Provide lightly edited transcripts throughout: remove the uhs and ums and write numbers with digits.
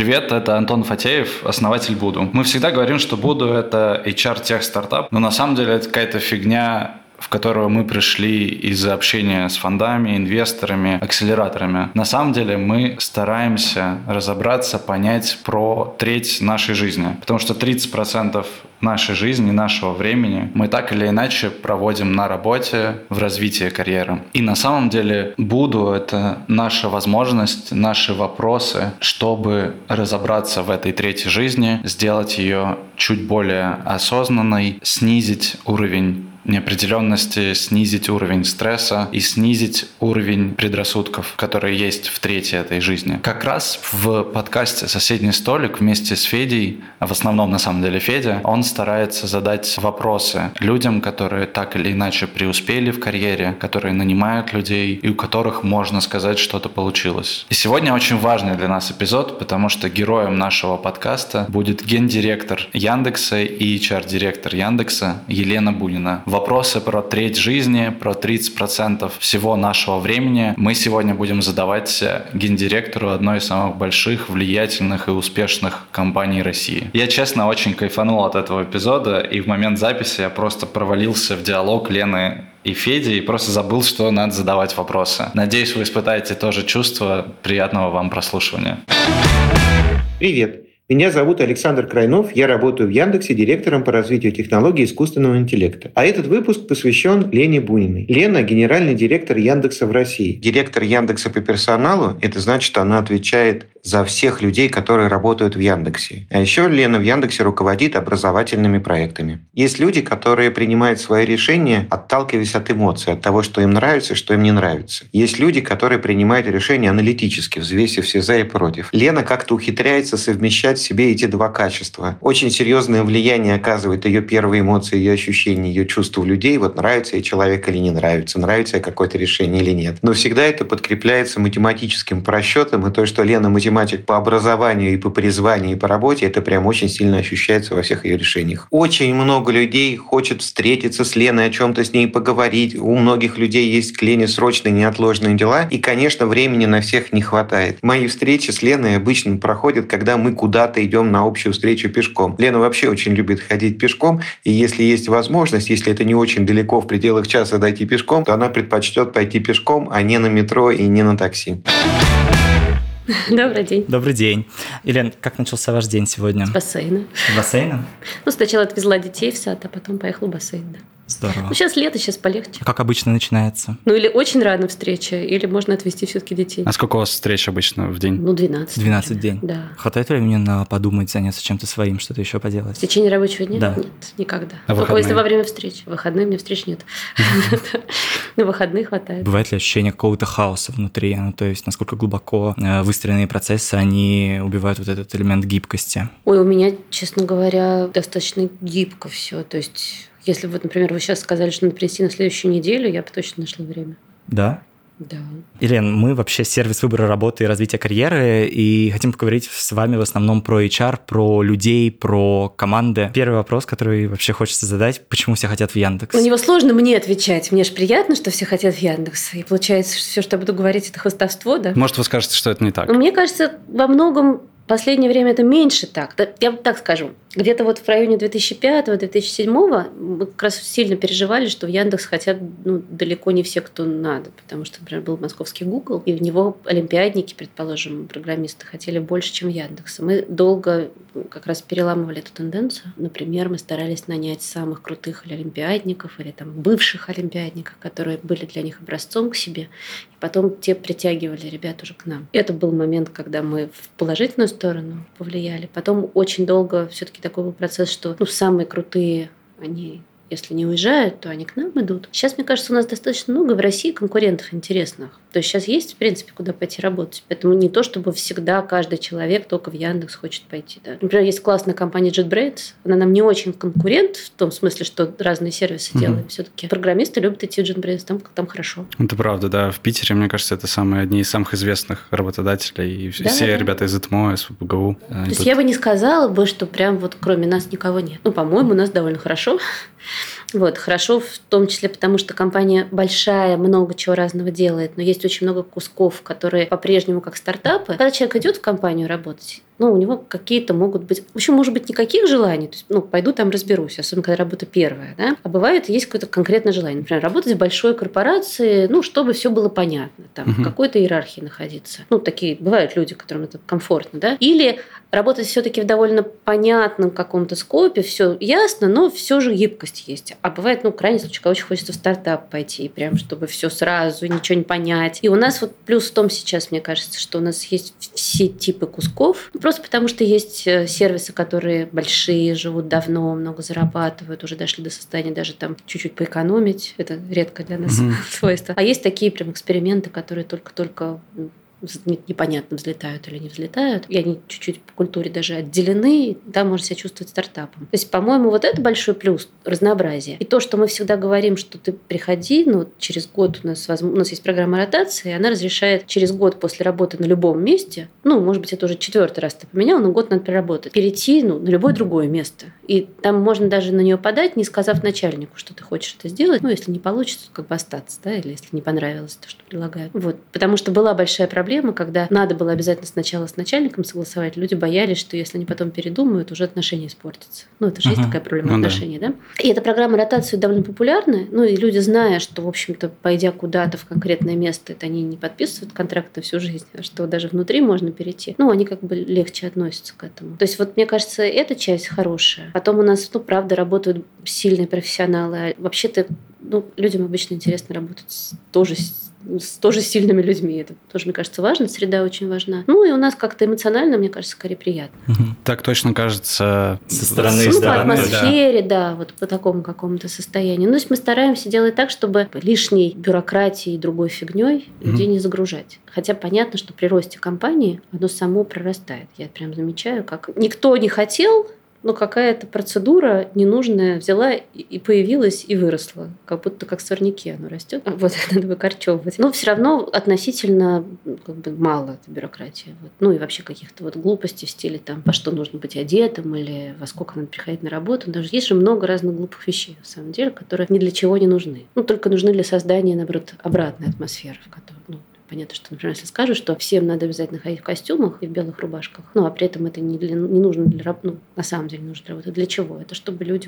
Привет, это Антон Фатеев, основатель Буду. Мы всегда говорим, что Буду – это HR-тех-стартап, но на самом деле это какая-то фигня, в которую мы пришли из-за общения с фондами, инвесторами, акселераторами. На самом деле мы стараемся разобраться, понять про треть нашей жизни. Потому что 30% нашей жизни, нашего времени мы так или иначе проводим на работе, в развитии карьеры. И на самом деле Буду – это наша возможность, наши вопросы, чтобы разобраться в этой трети жизни, сделать ее чуть более осознанной, снизить уровень неопределенности, снизить уровень стресса и снизить уровень предрассудков, которые есть в трети этой жизни. Как раз в подкасте «Соседний столик» вместе с Федей, а в основном на самом деле Федя, он старается задать вопросы людям, которые так или иначе преуспели в карьере, которые нанимают людей и у которых, можно сказать, что-то получилось. И сегодня очень важный для нас эпизод, потому что героем нашего подкаста будет гендиректор Яндекса и HR-директор Яндекса Елена Бунина. Вопросы про треть жизни, про 30% всего нашего времени мы сегодня будем задавать гендиректору одной из самых больших, влиятельных и успешных компаний России. Я, честно, очень кайфанул от этого эпизода, и в момент записи я просто провалился в диалог Лены и Феди и просто забыл, что надо задавать вопросы. Надеюсь, вы испытаете то же чувство. Приятного вам прослушивания. Привет. Меня зовут Александр Крайнов, я работаю в Яндексе директором по развитию технологий искусственного интеллекта. А этот выпуск посвящен Лене Буниной. Лена – генеральный директор Яндекса в России. Директор Яндекса по персоналу – это значит, она отвечает за всех людей, которые работают в Яндексе. А еще Лена в Яндексе руководит образовательными проектами. Есть люди, которые принимают свои решения, отталкиваясь от эмоций, от того, что им нравится, что им не нравится. Есть люди, которые принимают решения аналитически, взвесив все за и против. Лена как-то ухитряется совмещать в себе эти два качества. Очень серьезное влияние оказывает ее первые эмоции, ее ощущения, ее чувства у людей. Вот нравится ей человек или не нравится, нравится ей какое-то решение или нет. Но всегда это подкрепляется математическим просчетом, и то, что Лена математик по образованию и по призванию и по работе, это прям очень сильно ощущается во всех ее решениях. Очень много людей хочет встретиться с Леной, о чем-то с ней поговорить. У многих людей есть к Лене срочные неотложные дела, и, конечно, времени на всех не хватает. Мои встречи с Леной обычно проходят, когда мы куда-то идем на общую встречу пешком. Лена вообще очень любит ходить пешком, и если есть возможность, если это не очень далеко, в пределах часа дойти пешком, то она предпочтет пойти пешком, а не на метро и не на такси. Добрый день. Добрый день. Елена, как начался ваш день сегодня? С бассейна. С бассейна? Сначала отвезла детей в сад, а потом поехала в бассейн, да. Здорово. Сейчас лето, сейчас полегче. Как обычно начинается? Или очень рано встреча, или можно отвезти все-таки детей. А сколько у вас встреч обычно в день? 12. 12 в день? Да. Хватает времени на подумать, заняться чем-то своим, что-то еще поделать? В течение рабочего дня? Да. Нет, никогда. А Только выходные? если во время встреч. В выходные у меня встреч нет. На выходные хватает. Бывает ли ощущение какого-то хаоса внутри? То есть, насколько глубоко выстроенные процессы, они убивают вот этот элемент гибкости? Ой, у меня, честно говоря, достаточно гибко все. То есть, если вот, например, вы сейчас сказали, что надо принести на следующую неделю, я бы точно нашла время. Да? Да. Елена, мы вообще сервис выбора работы и развития карьеры, и хотим поговорить с вами в основном про HR, про людей, про команды. Первый вопрос, который вообще хочется задать, почему все хотят в Яндекс? На него сложно мне отвечать. Мне же приятно, что все хотят в Яндекс. И получается, что все, что я буду говорить, это хвастовство, да? Может, вы скажете, что это не так? Мне кажется, во многом в последнее время это меньше так. Я так скажу. Где-то вот в районе 2005-2007 мы как раз сильно переживали, что в Яндекс хотят далеко не все, кто надо. Потому что, например, был московский Google, и в него олимпиадники, предположим, программисты хотели больше, чем в Яндекс. Мы долго как раз переламывали эту тенденцию. Например, мы старались нанять самых крутых или олимпиадников, или там бывших олимпиадников, которые были для них образцом к себе. И потом те притягивали ребят уже к нам. Это был момент, когда мы в положительную сторону повлияли. Потом очень долго все-таки такой был процесс, что самые крутые, они, если не уезжают, то они к нам идут. Сейчас, мне кажется, у нас достаточно много в России конкурентов интересных. То есть сейчас есть, в принципе, куда пойти работать. Поэтому не то, чтобы всегда каждый человек только в Яндекс хочет пойти. Да. Например, есть классная компания JetBrains. Она нам не очень конкурент в том смысле, что разные сервисы делаем. Все-таки программисты любят идти в JetBrains, там хорошо. Это правда, да. В Питере, мне кажется, это одни из самых известных работодателей. И все ребята из ЭТМО, из ФПГУ. То есть я бы не сказала, что прям вот кроме нас никого нет. По-моему, у нас довольно хорошо. Вот, хорошо в том числе потому, что компания большая, много чего разного делает, но есть очень много кусков, которые по-прежнему как стартапы. Когда человек идет в компанию работать, у него какие-то могут быть... В общем, может быть, никаких желаний. То есть, пойду там разберусь, особенно когда работа первая. Да? А бывает, есть какое-то конкретное желание. Например, работать в большой корпорации, чтобы все было понятно. Там, в какой-то иерархии находиться. Такие бывают люди, которым это комфортно. Да? Или работать все-таки в довольно понятном каком-то скопе, все ясно, но все же гибкость есть. А бывает, крайний случай, когда очень хочется в стартап пойти, прям чтобы все сразу, ничего не понять. И у нас плюс в том сейчас, мне кажется, что у нас есть все типы кусков. Просто потому, что есть сервисы, которые большие, живут давно, много зарабатывают, уже дошли до состояния даже там чуть-чуть поэкономить. Это редко для нас свойство. А есть такие прям эксперименты, которые только-только непонятно, взлетают или не взлетают. И они чуть-чуть по культуре даже отделены, и там можно себя чувствовать стартапом. То есть, по-моему, это большой плюс, разнообразие. И то, что мы всегда говорим, что ты приходи, через год у нас есть программа ротации, и она разрешает через год после работы на любом месте, может быть, это уже 4-й раз ты поменял, но год надо проработать, перейти на любое другое место. И там можно даже на нее подать, не сказав начальнику, что ты хочешь это сделать. Если не получится, остаться, да, или если не понравилось то, что предлагают. Потому что была большая проблема, когда надо было обязательно сначала с начальником согласовать, люди боялись, что если они потом передумают, уже отношения испортятся. Это же есть такая проблема отношений, да? И эта программа ротации довольно популярная, и люди, зная, что, в общем-то, пойдя куда-то в конкретное место, это они не подписывают контракт на всю жизнь, а что даже внутри можно перейти, они легче относятся к этому. То есть, мне кажется, эта часть хорошая. Потом у нас, правда, работают сильные профессионалы. Вообще-то, людям обычно интересно работать с тоже сильными людьми. Это тоже, мне кажется, важно. Среда очень важна. И у нас как-то эмоционально, мне кажется, скорее приятно. Так точно кажется со стороны. По атмосфере, да, по такому какому-то состоянию. То есть мы стараемся делать так, чтобы лишней бюрократией и другой фигней людей не загружать. Хотя понятно, что при росте компании оно само прорастает. Я прям замечаю, как никто не хотел, но какая-то процедура ненужная взяла и появилась, и выросла. Как будто как сорняки оно растет. Надо выкорчевывать. Но все равно относительно мало бюрократии. И вообще каких-то глупостей в стиле по что нужно быть одетым или во сколько надо приходить на работу. Даже есть же много разных глупых вещей, на самом деле, которые ни для чего не нужны. Только нужны для создания, наоборот, обратной атмосферы, в которой... Понятно, что, например, если скажут, что всем надо обязательно ходить в костюмах и в белых рубашках, а при этом это не нужно для работы, на самом деле нужно для работы. Для чего? Это чтобы люди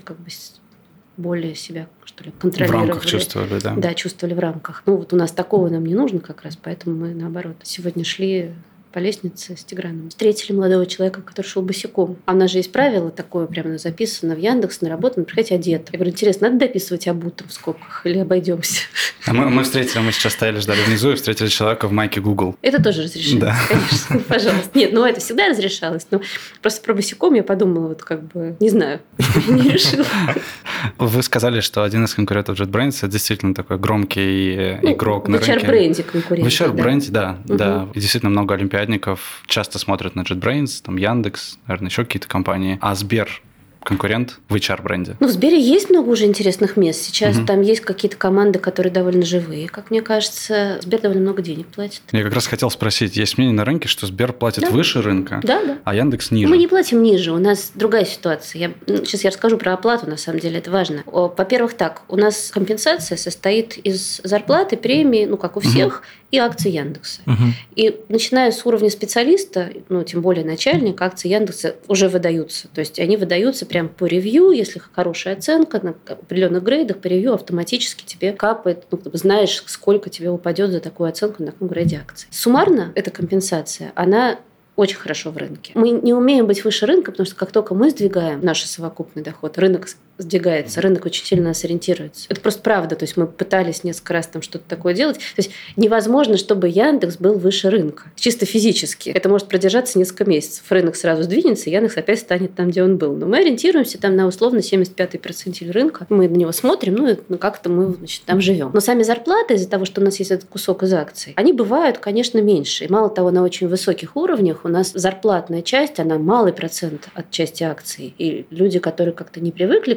более себя, контролировали. В рамках чувствовали, да? Да, чувствовали в рамках. У нас такого нам не нужно как раз, поэтому мы, наоборот, сегодня шли по лестнице с Тиграном. Встретили молодого человека, который шел босиком. А у нас же есть правило такое, прямо записано в Яндекс на работу, приходите одетым. Я говорю, интересно, надо дописывать обутым в скобках или обойдемся? Мы сейчас стояли, ждали внизу и встретили человека в майке Google. Это тоже разрешилось, да. Конечно, пожалуйста. Нет, это всегда разрешалось. Но просто про босиком я подумала, не знаю, не решила. Вы сказали, что один из конкурентов JetBrains это действительно такой громкий игрок на рынке. В HR-бренде конкурент. В HR-бренде, да. И действительно много олимпиадников часто смотрят на JetBrains, Яндекс, наверное, еще какие-то компании. А Сбер конкурент в HR-бренде? В Сбере есть много уже интересных мест. Сейчас там есть какие-то команды, которые довольно живые, как мне кажется. Сбер довольно много денег платит. Я как раз хотел спросить, есть мнение на рынке, что Сбер платит выше рынка, а Яндекс ниже? Мы не платим ниже, у нас другая ситуация. Сейчас я расскажу про оплату, на самом деле это важно. Во-первых, у нас компенсация состоит из зарплаты, премии, как у всех, и акций Яндекса. И начиная с уровня специалиста, тем более начальника, акции Яндекса уже выдаются. То есть они выдаются прям по ревью, если хорошая оценка на определенных грейдах, по ревью автоматически тебе капает, знаешь, сколько тебе упадет за такую оценку на каком грейде акций. Суммарно эта компенсация, она очень хорошо в рынке. Мы не умеем быть выше рынка, потому что как только мы сдвигаем наш совокупный доход, рынок сдвигается, рынок очень сильно нас ориентируется. Это просто правда. То есть мы пытались несколько раз что-то такое делать. То есть невозможно, чтобы Яндекс был выше рынка. Чисто физически. Это может продержаться несколько месяцев. Рынок сразу сдвинется, и Яндекс опять станет там, где он был. Но мы ориентируемся на условно 75-й процентиль рынка. Мы на него смотрим, и как-то мы там живем. Но сами зарплаты, из-за того, что у нас есть этот кусок из акций, они бывают, конечно, меньше. И мало того, на очень высоких уровнях у нас зарплатная часть, она малый процент от части акций. И люди, которые как-то не привыкли к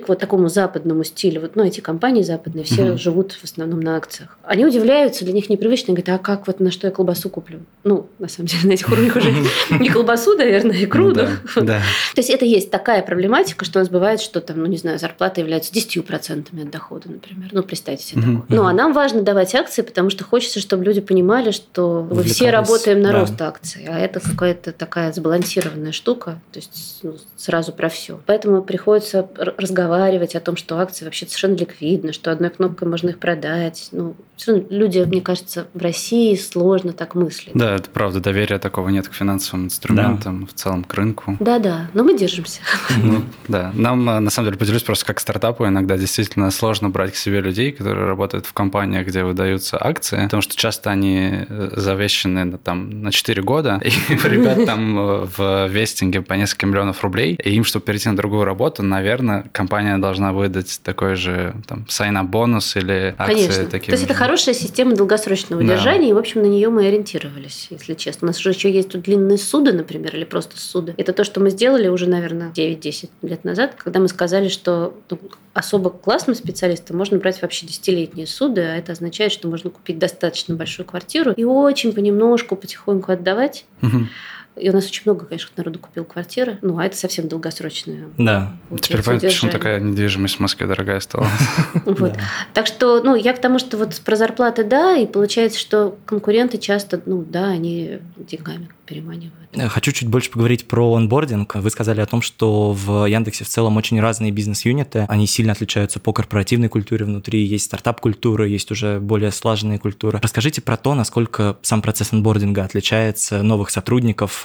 по такому западному стилю. Вот, эти компании западные все живут в основном на акциях. Они удивляются, для них непривычно, говорят, а как вот на что я колбасу куплю? На самом деле, на этих уровнях уже не колбасу, наверное, икру. Да. То есть это есть такая проблематика, что у нас бывает, что там, зарплата является 10% от дохода, например. Представьте себе такое. А нам важно давать акции, потому что хочется, чтобы люди понимали, что мы все работаем на рост акций, а это какая-то такая сбалансированная штука, то есть сразу про все. Поэтому приходится разговаривать о том, что акции вообще совершенно ликвидны, что одной кнопкой можно их продать. Все равно люди, мне кажется, в России сложно так мыслить. Да, это правда, доверия такого нет к финансовым инструментам, в целом к рынку. Да, но мы держимся. Да, нам, на самом деле, поделюсь просто как стартапу, иногда действительно сложно брать к себе людей, которые работают в компаниях, где выдаются акции, потому что часто они завещены на 4 года, и ребят там в вестинге по несколько миллионов рублей, и им, чтобы перейти на другую работу, наверное, компания должна выдать такой же sign-up бонус или акции. Конечно. Такие. То есть это хорошая система долгосрочного удержания, и, в общем, на нее мы ориентировались, если честно. У нас уже еще есть тут длинные суды, например, или просто суды. Это то, что мы сделали уже, наверное, 9-10 лет назад, когда мы сказали, что особо классным специалистам можно брать вообще 10-летние суды, а это означает, что можно купить достаточно большую квартиру и очень понемножку, потихоньку отдавать. И у нас очень много, конечно, народу купил квартиры. А это совсем долгосрочная. Да. Теперь понятно, почему такая недвижимость в Москве дорогая стала. Так что, я к тому, что про зарплаты, и получается, что конкуренты часто, они деньгами переманивают. Хочу чуть больше поговорить про онбординг. Вы сказали о том, что в Яндексе в целом очень разные бизнес-юниты. Они сильно отличаются по корпоративной культуре внутри. Есть стартап-культура, есть уже более слаженные культуры. Расскажите про то, насколько сам процесс онбординга отличается новых сотрудников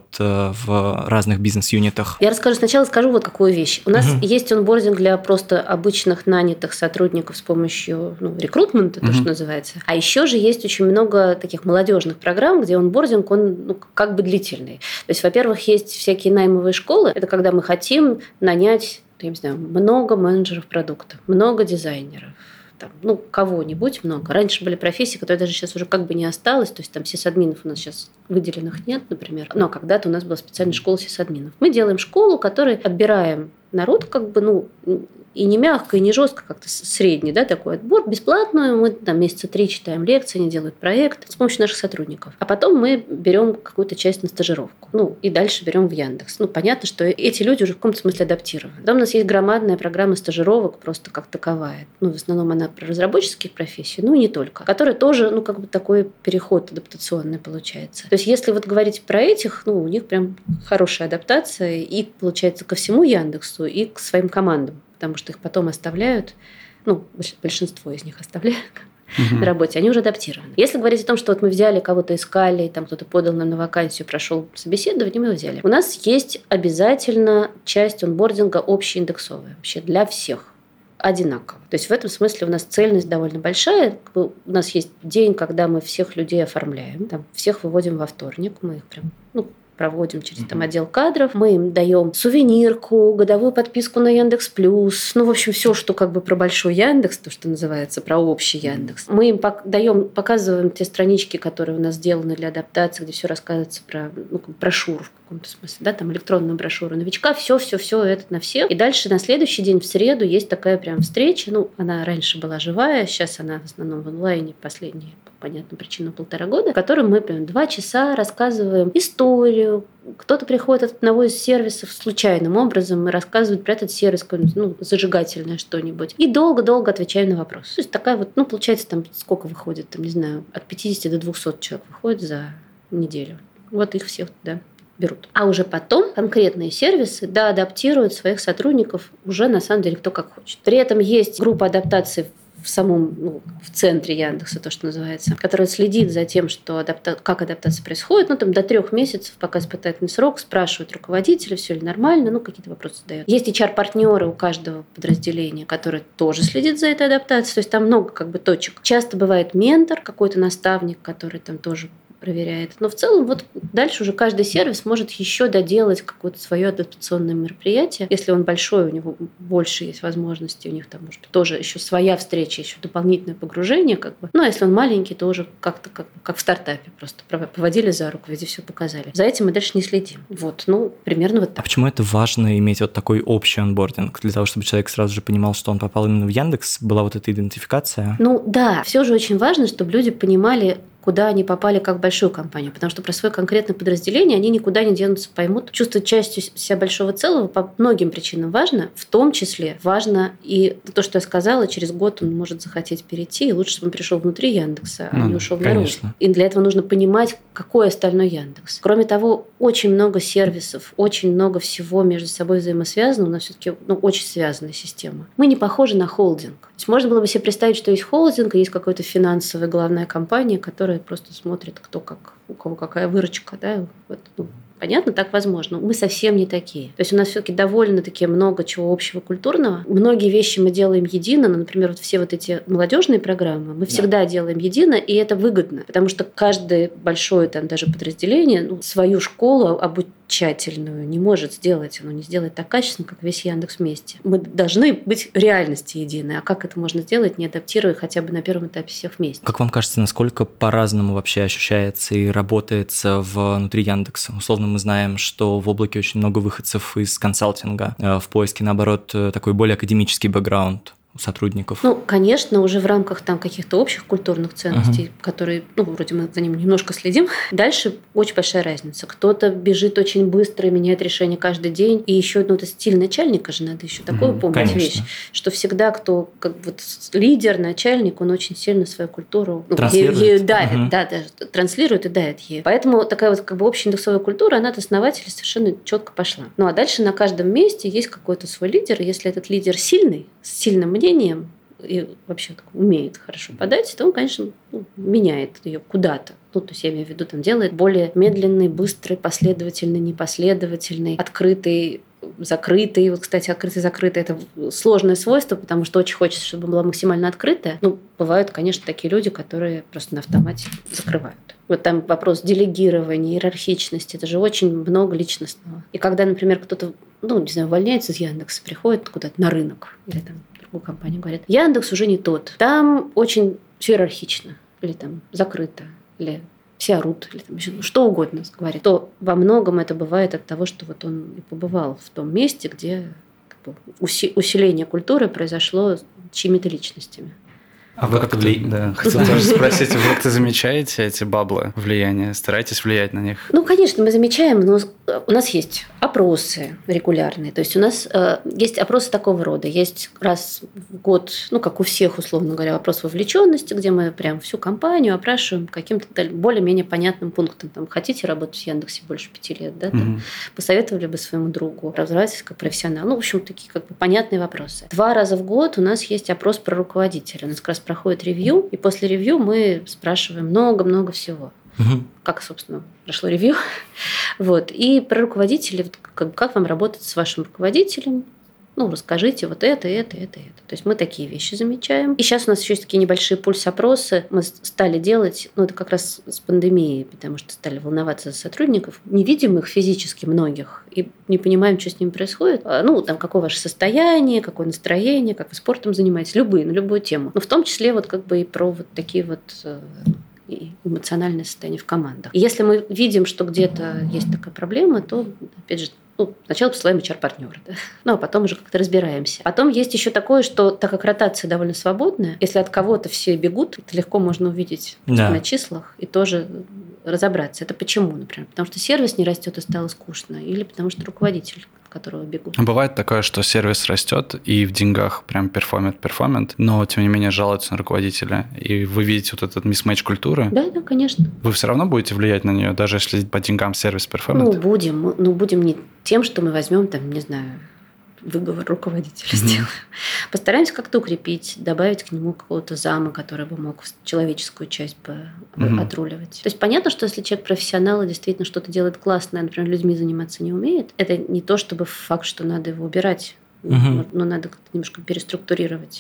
в разных бизнес-юнитах. Я сначала скажу какую вещь. У нас есть онбординг для просто обычных нанятых сотрудников с помощью рекрутмента, то, что называется. А еще же есть очень много таких молодежных программ, где онбординг, он как бы длительный. То есть, во-первых, есть всякие наймовые школы. Это когда мы хотим нанять, много менеджеров продукта, много дизайнеров. Кого-нибудь много. Раньше были профессии, которые даже сейчас уже как бы не осталось, то есть там сисадминов у нас сейчас выделенных нет, например. Но когда-то у нас была специальная школа сисадминов. Мы делаем школу, которой отбираем народ и не мягко, и не жестко, как-то средний, такой отбор, бесплатную. Мы месяца 3 читаем лекции, они делают проект с помощью наших сотрудников. А потом мы берем какую-то часть на стажировку. И дальше берем в Яндекс. Понятно, что эти люди уже в каком-то смысле адаптированы. Потом у нас есть громадная программа стажировок, просто как таковая. В основном она про разработческие профессии, и не только. Которая тоже, такой переход адаптационный получается. То есть, если говорить про этих, у них прям хорошая адаптация и, получается, ко всему Яндексу, и к своим командам. Потому что их потом оставляют, большинство из них оставляют на работе, они уже адаптированы. Если говорить о том, что мы взяли кого-то, искали, там кто-то подал нам на вакансию, прошел собеседование, мы его взяли. У нас есть обязательно часть онбординга общеиндексовая, вообще для всех. Одинаково. То есть в этом смысле у нас цельность довольно большая. У нас есть день, когда мы всех людей оформляем, всех выводим во вторник, мы их прям проводим через отдел кадров, мы им даем сувенирку, годовую подписку на Яндекс+, в общем, все, что про большой Яндекс, то, что называется, про общий Яндекс. Мы им показываем те странички, которые у нас сделаны для адаптации, где все рассказывается про брошюру в каком-то смысле, электронную брошюру новичка, все это на всех. И дальше на следующий день, в среду, есть такая прям встреча, она раньше была живая, сейчас она в основном в онлайне, последние, по понятным причинам, 1,5 года, в котором мы прям 2 часа рассказываем историю. Кто-то приходит от одного из сервисов случайным образом и рассказывает про этот сервис, зажигательное что-нибудь. И долго-долго отвечаем на вопросы. То есть такая получается, сколько выходит, от 50 до 200 человек выходит за неделю. Их всех, берут. А уже потом конкретные сервисы адаптируют своих сотрудников уже на самом деле кто как хочет. При этом есть группа адаптации в самом, в центре Яндекса, то, что называется, которая следит за тем, что как адаптация происходит. До 3 месяцев, пока испытательный срок, спрашивают руководителя, все ли нормально, какие-то вопросы задают. Есть HR-партнеры у каждого подразделения, которые тоже следят за этой адаптацией. То есть там много точек. Часто бывает ментор, какой-то наставник, который тоже проверяет. Но в целом вот дальше уже каждый сервис может еще доделать какое-то свое адаптационное мероприятие. Если он большой, у него больше есть возможностей, у них там может быть тоже еще своя встреча, еще дополнительное погружение. Как бы. Ну, а если он маленький, то уже как-то как в стартапе просто поводили за руку, везде все показали. За этим мы дальше не следим. Вот, ну, примерно вот так. А почему это важно иметь вот такой общий онбординг? Для того, чтобы человек сразу же понимал, что он попал именно в Яндекс, была вот эта идентификация? Ну да, все же очень важно, чтобы люди понимали, куда они попали как в большую компанию, потому что про свое конкретное подразделение они никуда не денутся, поймут. Чувствовать частью себя большого целого по многим причинам важно, в том числе важно и то, что я сказала, через год он может захотеть перейти, и лучше, чтобы он пришел внутри Яндекса, а не ушел наружу. И для этого нужно понимать, какой остальной Яндекс. Кроме того, очень много сервисов, очень много всего между собой взаимосвязано, у нас все-таки очень связанная система. Мы не похожи на холдинг. То есть можно было бы себе представить, что есть холдинг, и есть какая-то финансовая главная компания, которая просто смотрит, кто как, у кого какая выручка, да, вот, понятно, так возможно. Мы совсем не такие. То есть у нас все-таки довольно-таки много чего общего культурного. Многие вещи мы делаем едино, например, вот все вот эти молодежные программы мы всегда делаем едино, и это выгодно, потому что каждое большое там даже подразделение свою школу обучательную не может сделать, оно не сделает так качественно, как весь Яндекс вместе. Мы должны быть в реальности едины, а как это можно сделать, не адаптируя хотя бы на первом этапе всех вместе? Как вам кажется, насколько по-разному вообще ощущается и работается внутри Яндекса? Условно мы знаем, что в облаке очень много выходцев из консалтинга, в поиске, наоборот, такой более академический бэкграунд у сотрудников? Ну, конечно, уже в рамках там каких-то общих культурных ценностей, которые, вроде мы за ним немножко следим. Дальше очень большая разница. Кто-то бежит очень быстро и меняет решение каждый день. И еще это стиль начальника же надо еще такое помнить вещь, что всегда кто лидер, начальник, он очень сильно свою культуру транслирует. Транслирует и давит ею. Поэтому такая вот общая индексовая культура, она от основателя совершенно четко пошла. Ну, а дальше на каждом месте есть какой-то свой лидер. И если этот лидер сильный, с сильным мнением и вообще умеет хорошо подать, то он, конечно, меняет ее куда-то. То есть я имею в виду, делает более медленный, быстрый, последовательный, непоследовательный, открытый, закрытый. Вот, кстати, открытый-закрытый – это сложное свойство, потому что очень хочется, чтобы была максимально открытая. Бывают, конечно, такие люди, которые просто на автомате закрывают. Вот там вопрос делегирования, иерархичности, это же очень много личностного. И когда, например, кто-то, увольняется из Яндекса, приходит куда-то на рынок или в другую компанию, говорят, Яндекс уже не тот, там очень все иерархично, или закрыто, или все орут, или еще что угодно говорит, то во многом это бывает от того, что вот он и побывал в том месте, где усиление культуры произошло чьими-то личностями. А вы как-то... Да, хотел тоже спросить, вы как-то замечаете эти баблы влияния? Стараетесь влиять на них? Конечно, мы замечаем, но у нас есть опросы регулярные. То есть у нас есть опросы такого рода. Есть раз в год, как у всех, условно говоря, вопрос вовлеченности, где мы прям всю компанию опрашиваем каким-то более-менее понятным пунктом. Хотите работать в Яндексе больше 5 лет, да? Посоветовали бы своему другу, развивайтесь как профессионал. В общем, такие понятные вопросы. 2 раза в год у нас есть опрос про руководителя. У нас как раз проходит ревью, и после ревью мы спрашиваем много-много всего. Как, собственно, прошло ревью. И про руководителей, как вам работать с вашим руководителем, расскажите вот это. То есть мы такие вещи замечаем. И сейчас у нас еще есть такие небольшие пульс-опросы. Мы стали делать, это как раз с пандемией, потому что стали волноваться за сотрудников. Не видим их физически многих и не понимаем, что с ними происходит. Какое ваше состояние, какое настроение, как вы спортом занимаетесь, на любую тему. Но в том числе и про такие и эмоциональное состояние в командах. И если мы видим, что где-то есть такая проблема, то, опять же, сначала посылаем HR-партнера, да? А потом уже как-то разбираемся. Потом есть еще такое, что так как ротация довольно свободная, если от кого-то все бегут, это легко можно увидеть на числах и тоже разобраться. Это почему, например? Потому что сервис не растет и стало скучно, или потому что руководитель, от которого бегут. Бывает такое, что сервис растет и в деньгах прям перформит, но тем не менее жалуются на руководителя, и вы видите вот этот мисс-матч культуры. Да, конечно. Вы все равно будете влиять на нее, даже если по деньгам сервис перформит? Будем не тем, что мы возьмем, выговор руководителя сделаем. Постараемся как-то укрепить, добавить к нему какого-то зама, который бы мог человеческую часть отруливать. То есть понятно, что если человек профессионал и действительно что-то делает классное, например, людьми заниматься не умеет, это не то чтобы факт, что надо его убирать, но надо как-то немножко переструктурировать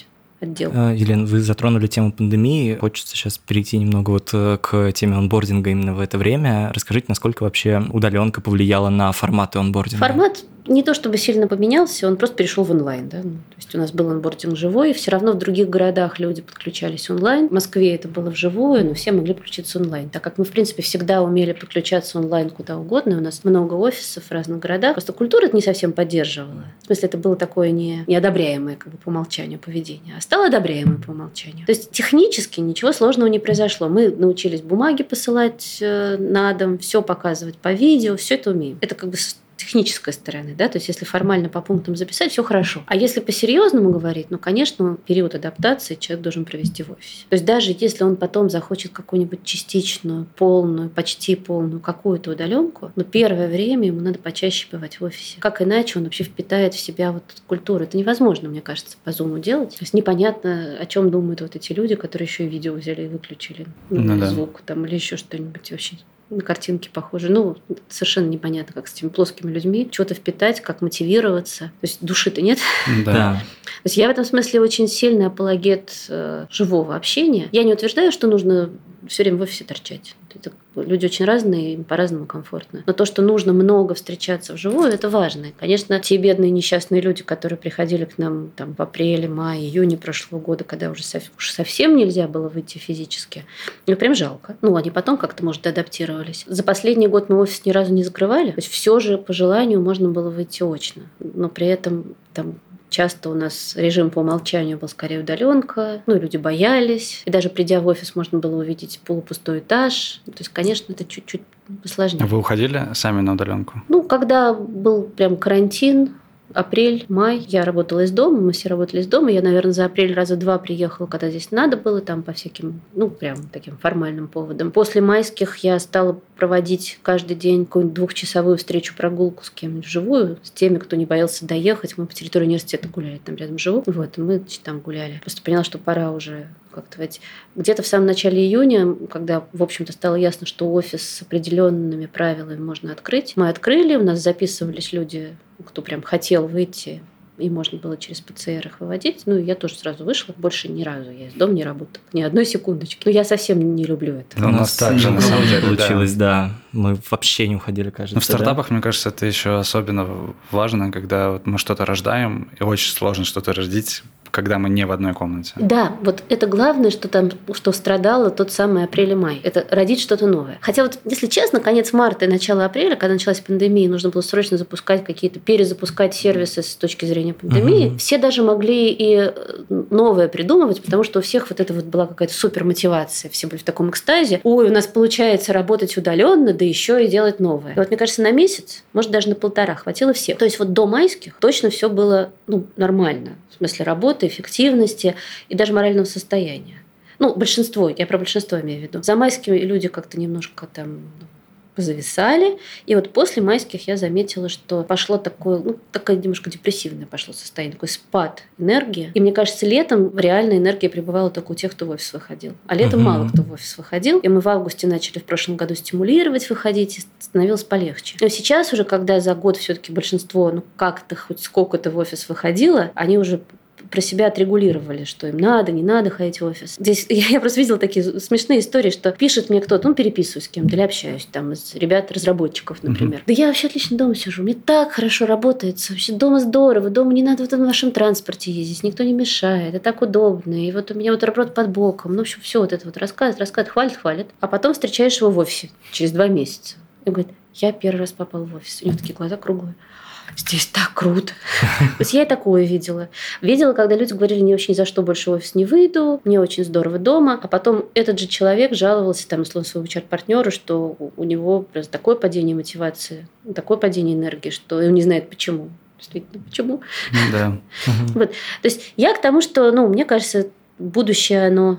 отдел. Елена, вы затронули тему пандемии. Хочется сейчас перейти немного вот к теме онбординга именно в это время. Расскажите, насколько вообще удаленка повлияла на форматы онбординга? Формат не то чтобы сильно поменялся, он просто перешел в онлайн. Да? То есть у нас был онбординг живой, все равно в других городах люди подключались онлайн. В Москве это было вживую, но все могли подключиться онлайн. Так как мы, в принципе, всегда умели подключаться онлайн куда угодно, у нас много офисов в разных городах, просто культура это не совсем поддерживала. В смысле, это было такое неодобряемое как бы, по умолчанию поведение, а стало одобряемое по умолчанию. То есть технически ничего сложного не произошло. Мы научились бумаги посылать на дом, все показывать по видео, все это умеем. Это как бы технической стороны, да, то есть если формально по пунктам записать, все хорошо. А если по-серьезному говорить, конечно, период адаптации человек должен провести в офисе. То есть даже если он потом захочет какую-нибудь частичную, полную, почти полную какую-то удаленку, но первое время ему надо почаще бывать в офисе. Как иначе он вообще впитает в себя вот культуру? Это невозможно, мне кажется, по Zoom делать. То есть непонятно, о чем думают вот эти люди, которые еще и видео взяли и выключили, звук там или еще что-нибудь вообще. На картинки похожи. Совершенно непонятно, как с этими плоскими людьми что-то впитать, как мотивироваться. То есть души-то нет. Да. То есть я в этом смысле очень сильный апологет живого общения. Я не утверждаю, что нужно все время в офисе торчать. Люди очень разные, им по-разному комфортно. Но то, что нужно много встречаться вживую, это важно. И, конечно, те бедные несчастные люди, которые приходили к нам там, в апреле, мае, июне прошлого года, когда уже совсем нельзя было выйти физически, мне прям жалко. Они потом как-то, может, адаптировались. За последний год мы офис ни разу не закрывали. То есть все же по желанию можно было выйти очно. Но при этом там часто у нас режим по умолчанию был скорее удаленка, люди боялись. И даже придя в офис, можно было увидеть полупустой этаж. То есть, конечно, это чуть-чуть посложнее. Вы уходили сами на удаленку? Когда был прям карантин, апрель, май, я работала из дома, мы все работали из дома. Я, наверное, за апрель раза 2 приехала, когда здесь надо было, там по всяким, прям таким формальным поводам. После майских я стала проводить каждый день какую-нибудь 2-часовую встречу-прогулку с кем-нибудь вживую, с теми, кто не боялся доехать. Мы по территории университета гуляли, там рядом живу. И мы там гуляли. Просто поняла, что пора уже как-то где-то в самом начале июня, когда, в общем-то, стало ясно, что офис с определенными правилами можно открыть, мы открыли, у нас записывались люди, кто прям хотел выйти, и можно было через ПЦР их выводить. Я тоже сразу вышла. Больше ни разу я из дома не работала. Ни одной секундочки. Я совсем не люблю это. У нас так же, на самом деле, получилось, да. Мы вообще не уходили, кажется. Но в стартапах, мне кажется, это еще особенно важно, когда мы что-то рождаем, и очень сложно что-то родить, когда мы не в одной комнате. Да, это главное, что страдало тот самый апрель и май. Это родить что-то новое. Хотя если честно, конец марта и начало апреля, когда началась пандемия, нужно было срочно перезапускать сервисы с точки зрения пандемии. Все даже могли и новое придумывать, потому что у всех это была какая-то супер мотивация. Все были в таком экстазе. Ой, у нас получается работать удаленно, да еще и делать новое. И мне кажется, на месяц, может, даже на 1,5 хватило всех. То есть до майских точно все было нормально. В смысле работы, эффективности и даже морального состояния. Большинство, я про большинство имею в виду. За майскими люди как-то немножко там позависали. И после майских я заметила, что пошло такое немножко депрессивное пошло состояние, такой спад энергии. И мне кажется, летом реально энергия пребывала только у тех, кто в офис выходил. А летом мало кто в офис выходил. И мы в августе начали в прошлом году стимулировать выходить, и становилось полегче. Но сейчас уже, когда за год все-таки большинство как-то хоть сколько-то в офис выходило, они уже про себя отрегулировали, что им надо, не надо ходить в офис. Здесь я просто видела такие смешные истории, что пишет мне кто-то, переписываюсь с кем-то или общаюсь, там, из ребят-разработчиков, например. Да я вообще отлично дома сижу, мне так хорошо работается, вообще дома здорово, дома не надо в вашем транспорте ездить, никто не мешает, это так удобно, и у меня работа под боком. В общем, все это рассказывает, хвалит. А потом встречаешь его в офисе через 2 месяца. И говорит, я первый раз попал в офис. У него такие глаза круглые. Здесь так круто. То есть я и такое видела. Видела, когда люди говорили, мне вообще ни за что больше в офис не выйду, мне очень здорово дома. А потом этот же человек жаловался своему HR-партнеру, что у него просто такое падение мотивации, такое падение энергии, что он не знает почему. Действительно, почему? Да. То есть я к тому, что, мне кажется, будущее, оно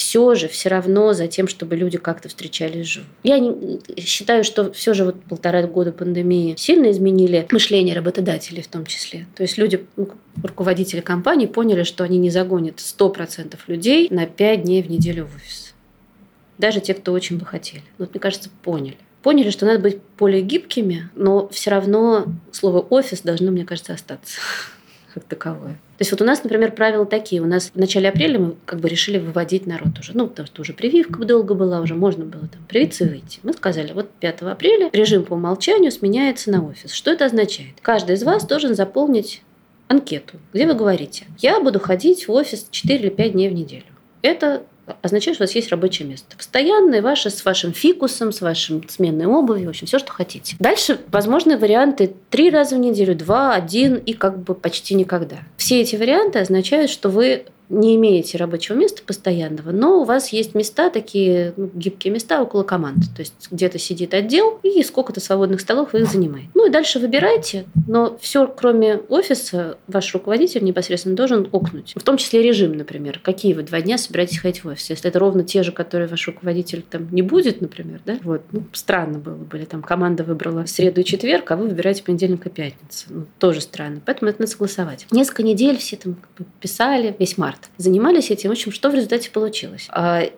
все равно за тем, чтобы люди как-то встречались вживую. Я считаю, что все же 1,5 года пандемии сильно изменили мышление работодателей в том числе. То есть люди, руководители компаний поняли, что они не загонят 100% людей на 5 дней в неделю в офис. Даже те, кто очень бы хотели. Мне кажется, поняли, что надо быть более гибкими, но все равно слово «офис» должно, мне кажется, остаться. как таковое. То есть вот у нас, например, правила такие. У нас в начале апреля мы как бы решили выводить народ уже. Потому что уже прививка долго была, уже можно было там привиться и выйти. Мы сказали, вот 5 апреля режим по умолчанию сменяется на офис. Что это означает? Каждый из вас должен заполнить анкету, где вы говорите, я буду ходить в офис 4 или 5 дней в неделю. Это означает, что у вас есть рабочее место. Постоянное ваше, с вашим фикусом, с вашим сменной обувью, в общем, все, что хотите. Дальше возможны варианты 3 раза в неделю, 2, 1 и как бы почти никогда. Все эти варианты означают, что вы не имеете рабочего места постоянного, но у вас есть места, такие гибкие места около команд. То есть где-то сидит отдел, и сколько-то свободных столов вы их занимаете. Ну и дальше выбирайте, но все, кроме офиса, ваш руководитель непосредственно должен окнуть. В том числе режим, например. Какие вы 2 дня собираетесь ходить в офис? Если это ровно те же, которые ваш руководитель там не будет, например, да? Вот. Странно было бы. Или там команда выбрала среду и четверг, а вы выбираете понедельник и пятницу. Тоже странно. Поэтому это надо согласовать. Несколько недель все там писали, весь март. Занимались этим. В общем, что в результате получилось?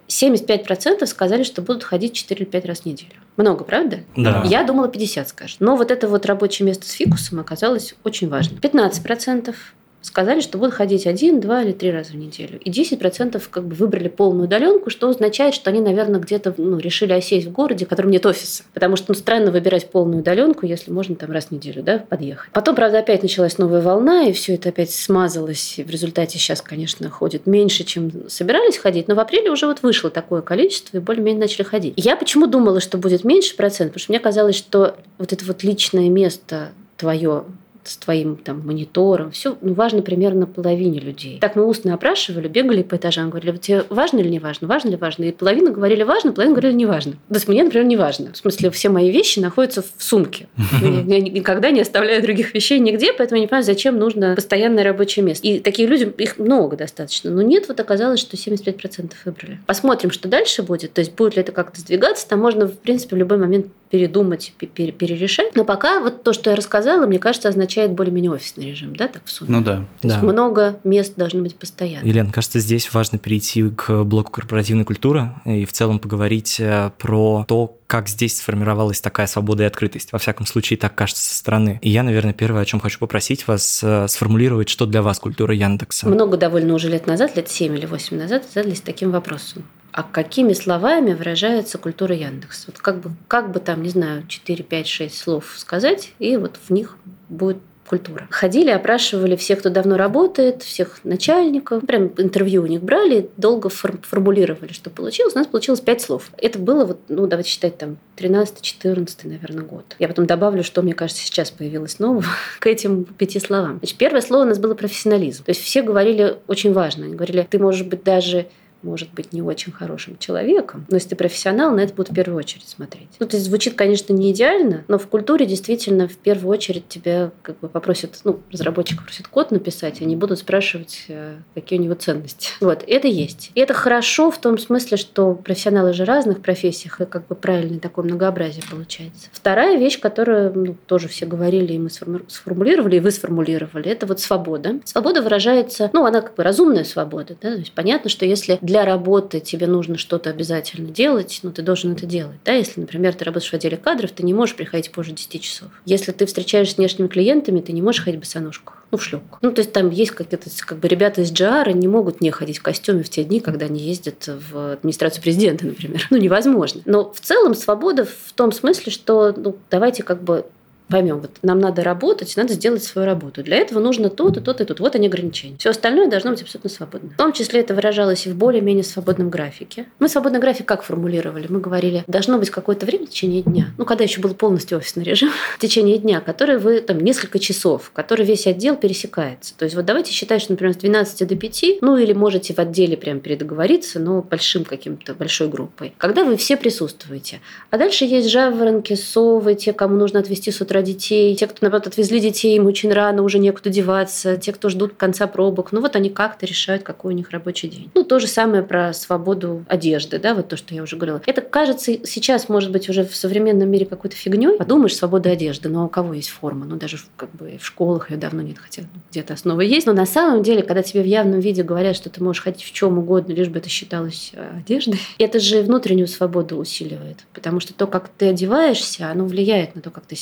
75% сказали, что будут ходить 4 или 5 раз в неделю. Много, правда? Да. Я думала, 50 скажут. Но вот это вот рабочее место с фикусом оказалось очень важно. 15% сказали, что будут ходить 1, 2 или 3 раза в неделю. И 10% как бы выбрали полную удаленку, что означает, что они, наверное, где-то решили осесть в городе, в котором нет офиса. Потому что странно выбирать полную удаленку, если можно там раз в неделю подъехать. Потом, правда, опять началась новая волна, и все это опять смазалось. И в результате сейчас, конечно, ходит меньше, чем собирались ходить. Но в апреле уже вот вышло такое количество, и более-менее начали ходить. Я почему думала, что будет меньше процент? Потому что мне казалось, что вот это вот личное место твое с твоим там монитором, все важно примерно половине людей. Так мы устно опрашивали, бегали по этажам, говорили, тебе важно или не важно, важно или важно. И половина говорили важно, половина говорили не важно. То есть мне, например, не важно. В смысле, все мои вещи находятся в сумке. Я никогда не оставляю других вещей нигде, поэтому я не понимаю, зачем нужно постоянное рабочее место. И такие люди, их много достаточно. Но нет, вот оказалось, что 75% выбрали. Посмотрим, что дальше будет. То есть будет ли это как-то сдвигаться. Там можно, в принципе, в любой момент передумать, перерешать. Но пока вот то, что я рассказала, мне кажется, означает более-менее офисный режим, да, так в сумме? Ну да. То есть много мест должно быть постоянно. Елена, кажется, здесь важно перейти к блоку корпоративной культуры и в целом поговорить про то, как здесь сформировалась такая свобода и открытость. Во всяком случае, так кажется со стороны. И я, наверное, первое, о чем хочу попросить вас, сформулировать, что для вас культура Яндекса. Много довольно уже лет назад, лет 7 или 8 назад, задались таким вопросом. А какими словами выражается культура Яндекса? Вот как бы там, не знаю, 4, 5, 6 слов сказать, и вот в них будет культура. Ходили, опрашивали всех, кто давно работает, всех начальников, прям интервью у них брали, долго формулировали, что получилось. У нас получилось 5 слов. Это было, вот, давайте считать, там, 13-14, наверное, год. Я потом добавлю, что, мне кажется, сейчас появилось нового к этим 5 словам. Значит, первое слово у нас было профессионализм. То есть все говорили очень важно. Они говорили, ты можешь быть даже может быть не очень хорошим человеком, но если ты профессионал, на это будут в первую очередь смотреть. То есть звучит, конечно, не идеально, но в культуре действительно в первую очередь тебя как бы попросят, разработчик просит код написать, они будут спрашивать, какие у него ценности. Вот, это есть. И это хорошо в том смысле, что профессионалы же разных профессиях, и как бы правильное такое многообразие получается. Вторая вещь, которую тоже все говорили, и мы сформулировали, и вы сформулировали, это вот свобода. Свобода выражается, она как бы разумная свобода. Да? То есть понятно, что если для работы тебе нужно что-то обязательно делать, ты должен это делать. Да? Если, например, ты работаешь в отделе кадров, ты не можешь приходить позже 10 часов. Если ты встречаешься с внешними клиентами, ты не можешь ходить в босоножках, в шлепках. То есть там есть как бы ребята из GR не могут не ходить в костюме в те дни, когда они ездят в администрацию президента, например. Невозможно. Но в целом свобода в том смысле, что давайте как бы поймем, вот нам надо работать, надо сделать свою работу. Для этого нужно то-то, то-то и то-то. Вот они ограничения. Все остальное должно быть абсолютно свободно. В том числе это выражалось и в более-менее свободном графике. Мы свободный график как формулировали? Мы говорили, должно быть какое-то время в течение дня, когда еще был полностью офисный режим, в течение дня, который вы несколько часов, который весь отдел пересекается. То есть вот давайте считать, что, например, с 12 до 5, или можете в отделе прям передоговориться, но большой группой, когда вы все присутствуете. А дальше есть жаворонки, совы, те, кому нужно отвезти с утра детей, те, кто, наоборот, отвезли детей, им очень рано, уже некуда деваться, те, кто ждут конца пробок, они как-то решают, какой у них рабочий день. То же самое про свободу одежды, да, вот то, что я уже говорила. Это, кажется, сейчас, может быть, уже в современном мире какой-то фигней. Подумаешь, свобода одежды, но у кого есть форма? Даже как бы в школах ее давно нет, хотя где-то основа есть. Но на самом деле, когда тебе в явном виде говорят, что ты можешь ходить в чем угодно, лишь бы это считалось одеждой, это же внутреннюю свободу усиливает, потому что то, как ты одеваешься, оно влияет на то, как ты себя внутри чувствуешь.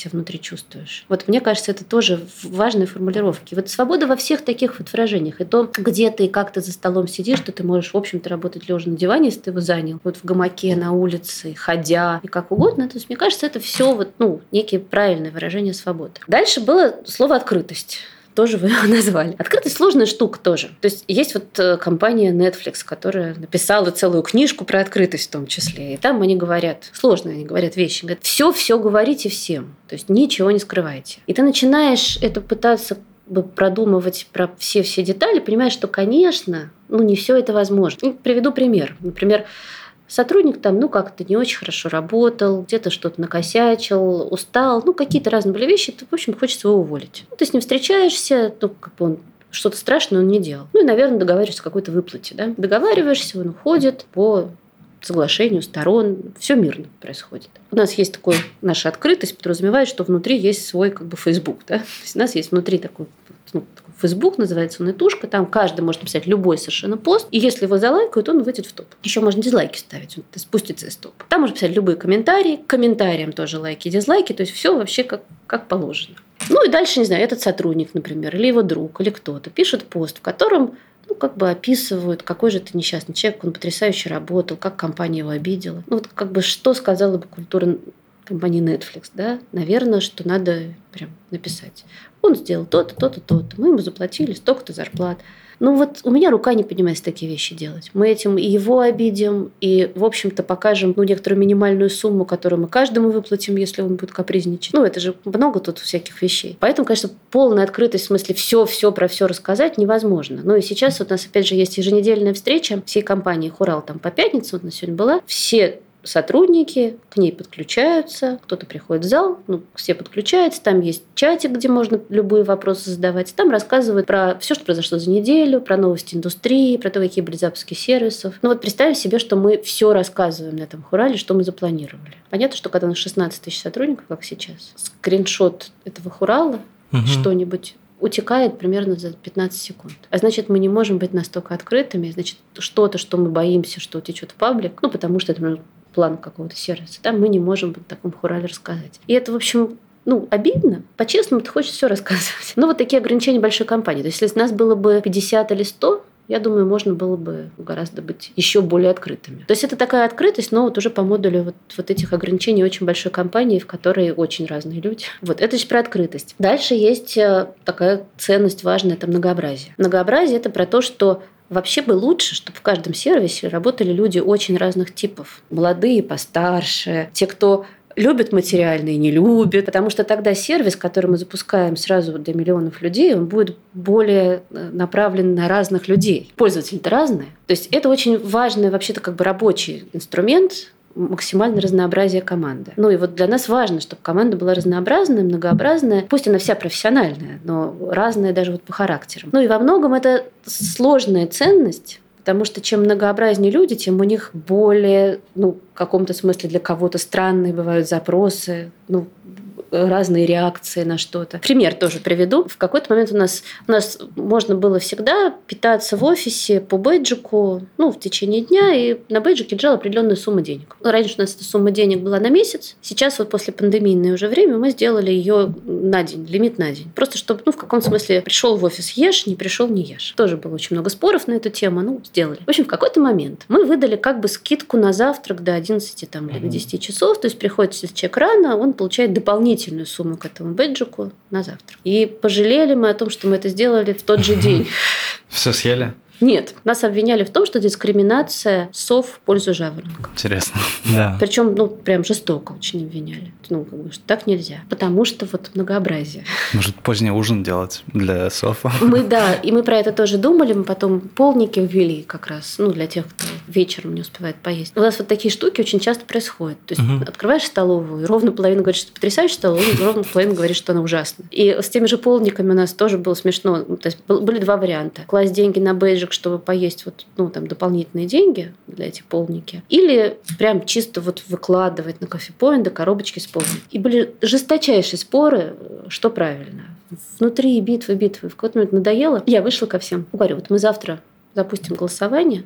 чувствуешь. Вот мне кажется, это тоже важные формулировки. Вот свобода во всех таких вот выражениях. И то, где ты и как ты за столом сидишь, что ты можешь, в общем-то, работать лежа на диване, если ты его занял, вот в гамаке, на улице, ходя и как угодно. То есть, мне кажется, это все вот, некие правильные выражения свободы. Дальше было слово «открытость». Тоже вы его назвали. Открытость сложная штука тоже. То есть есть вот компания Netflix, которая написала целую книжку про открытость в том числе. И там они говорят, сложные они говорят вещи. Говорят, все говорите всем. То есть ничего не скрывайте. И ты начинаешь это пытаться продумывать про все детали, понимаешь, что, конечно, не все это возможно. И приведу пример. Например, сотрудник там, как-то не очень хорошо работал, где-то что-то накосячил, устал, какие-то разные были вещи, в общем, хочется его уволить. Ты с ним встречаешься, он что-то страшное он не делал. И, наверное, договариваешься о какой-то выплате. Да? Договариваешься, он уходит по соглашению сторон, все мирно происходит. У нас есть такая наша открытость, подразумевает, что внутри есть свой Facebook. Да? То есть у нас есть внутри такой Facebook, называется он «Итушка», там каждый может написать любой совершенно пост, и если его залайкают, он выйдет в топ. Еще можно дизлайки ставить, он спустится из топа. Там можно писать любые комментарии, к комментариям тоже лайки, дизлайки, то есть все вообще как положено. И дальше, не знаю, этот сотрудник, например, или его друг, или кто-то пишет пост, в котором описывают, какой же ты несчастный человек, он потрясающе работал, как компания его обидела. Что сказала бы культура компании Netflix, да? Наверное, что надо прям написать. Он сделал то-то, то-то, то-то. Мы ему заплатили столько-то зарплат. У меня рука не поднимается такие вещи делать. Мы этим и его обидим, и, в общем-то, покажем некоторую минимальную сумму, которую мы каждому выплатим, если он будет капризничать. Это же много тут всяких вещей. Поэтому, конечно, полная открытость, в смысле все про все рассказать невозможно. И сейчас у нас, опять же, есть еженедельная встреча всей компании «Хурал» там по пятницам, она сегодня была. Все сотрудники к ней подключаются, кто-то приходит в зал, все подключаются, там есть чатик, где можно любые вопросы задавать, там рассказывают про все, что произошло за неделю, про новости индустрии, про то, какие были запуски сервисов. Представим себе, что мы все рассказываем на этом Хурале, что мы запланировали. Понятно, что когда у нас 16 тысяч сотрудников, как сейчас, скриншот этого Хурала, что-нибудь утекает примерно за 15 секунд. А значит, мы не можем быть настолько открытыми. Значит, что-то, что мы боимся, что утечет в паблик, потому что это план какого-то сервиса, там мы не можем в таком Хурале рассказать. И это, в общем, обидно. По-честному, ты хочешь все рассказывать. Такие ограничения большой компании. То есть, если нас было бы 50 или 100, я думаю, можно было бы гораздо быть еще более открытыми. То есть это такая открытость, но уже по модулю вот этих ограничений очень большой компании, в которой очень разные люди. Это же про открытость. Дальше есть такая ценность важная, это многообразие. Многообразие – это про то, что вообще бы лучше, чтобы в каждом сервисе работали люди очень разных типов. Молодые, постарше, те, кто любят материально и не любят, потому что тогда сервис, который мы запускаем сразу для миллионов людей, он будет более направлен на разных людей. Пользователи-то разные. То есть это очень важный вообще-то рабочий инструмент, максимальное разнообразие команды. Для нас важно, чтобы команда была разнообразная, многообразная, пусть она вся профессиональная, но разная даже по характерам. И во многом это сложная ценность, потому что чем многообразнее люди, тем у них более, в каком-то смысле для кого-то странные бывают запросы, разные реакции на что-то. Пример тоже приведу. В какой-то момент у нас можно было всегда питаться в офисе по бейджику, в течение дня, и на бейджике лежала определенная сумма денег. Раньше у нас эта сумма денег была на месяц, сейчас после пандемийное уже время мы сделали ее на день, лимит на день. Просто чтобы, в каком смысле пришел в офис ешь, не пришел не ешь. Тоже было очень много споров на эту тему, сделали. В общем, в какой-то момент мы выдали скидку на завтрак до 11 или до 10 часов, то есть приходит человек рано, он получает дополнительную сумму к этому бейджику на завтрак. И пожалели мы о том, что мы это сделали в тот же день. Все съели? Нет, нас обвиняли в том, что дискриминация сов в пользу жаворонка. Интересно. Да. Причем, прям жестоко очень обвиняли. Что так нельзя. Потому что многообразие. Может, поздний ужин делать для софа? И мы про это тоже думали. Мы потом полники ввели как раз, для тех, кто вечером не успевает поесть. У нас такие штуки очень часто происходят. То есть открываешь столовую, и ровно половина говорит, что потрясающая столовая, и ровно половина говорит, что она ужасна. И с теми же полниками у нас тоже было смешно. То есть были два варианта. Класть деньги на бейджик, чтобы поесть дополнительные деньги для этих полники, или прям чисто выкладывать на кофе-поинты коробочки с полниками. И были жесточайшие споры, что правильно. Внутри битвы. В какой-то момент надоело. Я вышла ко всем. Говорю, мы завтра запустим голосование,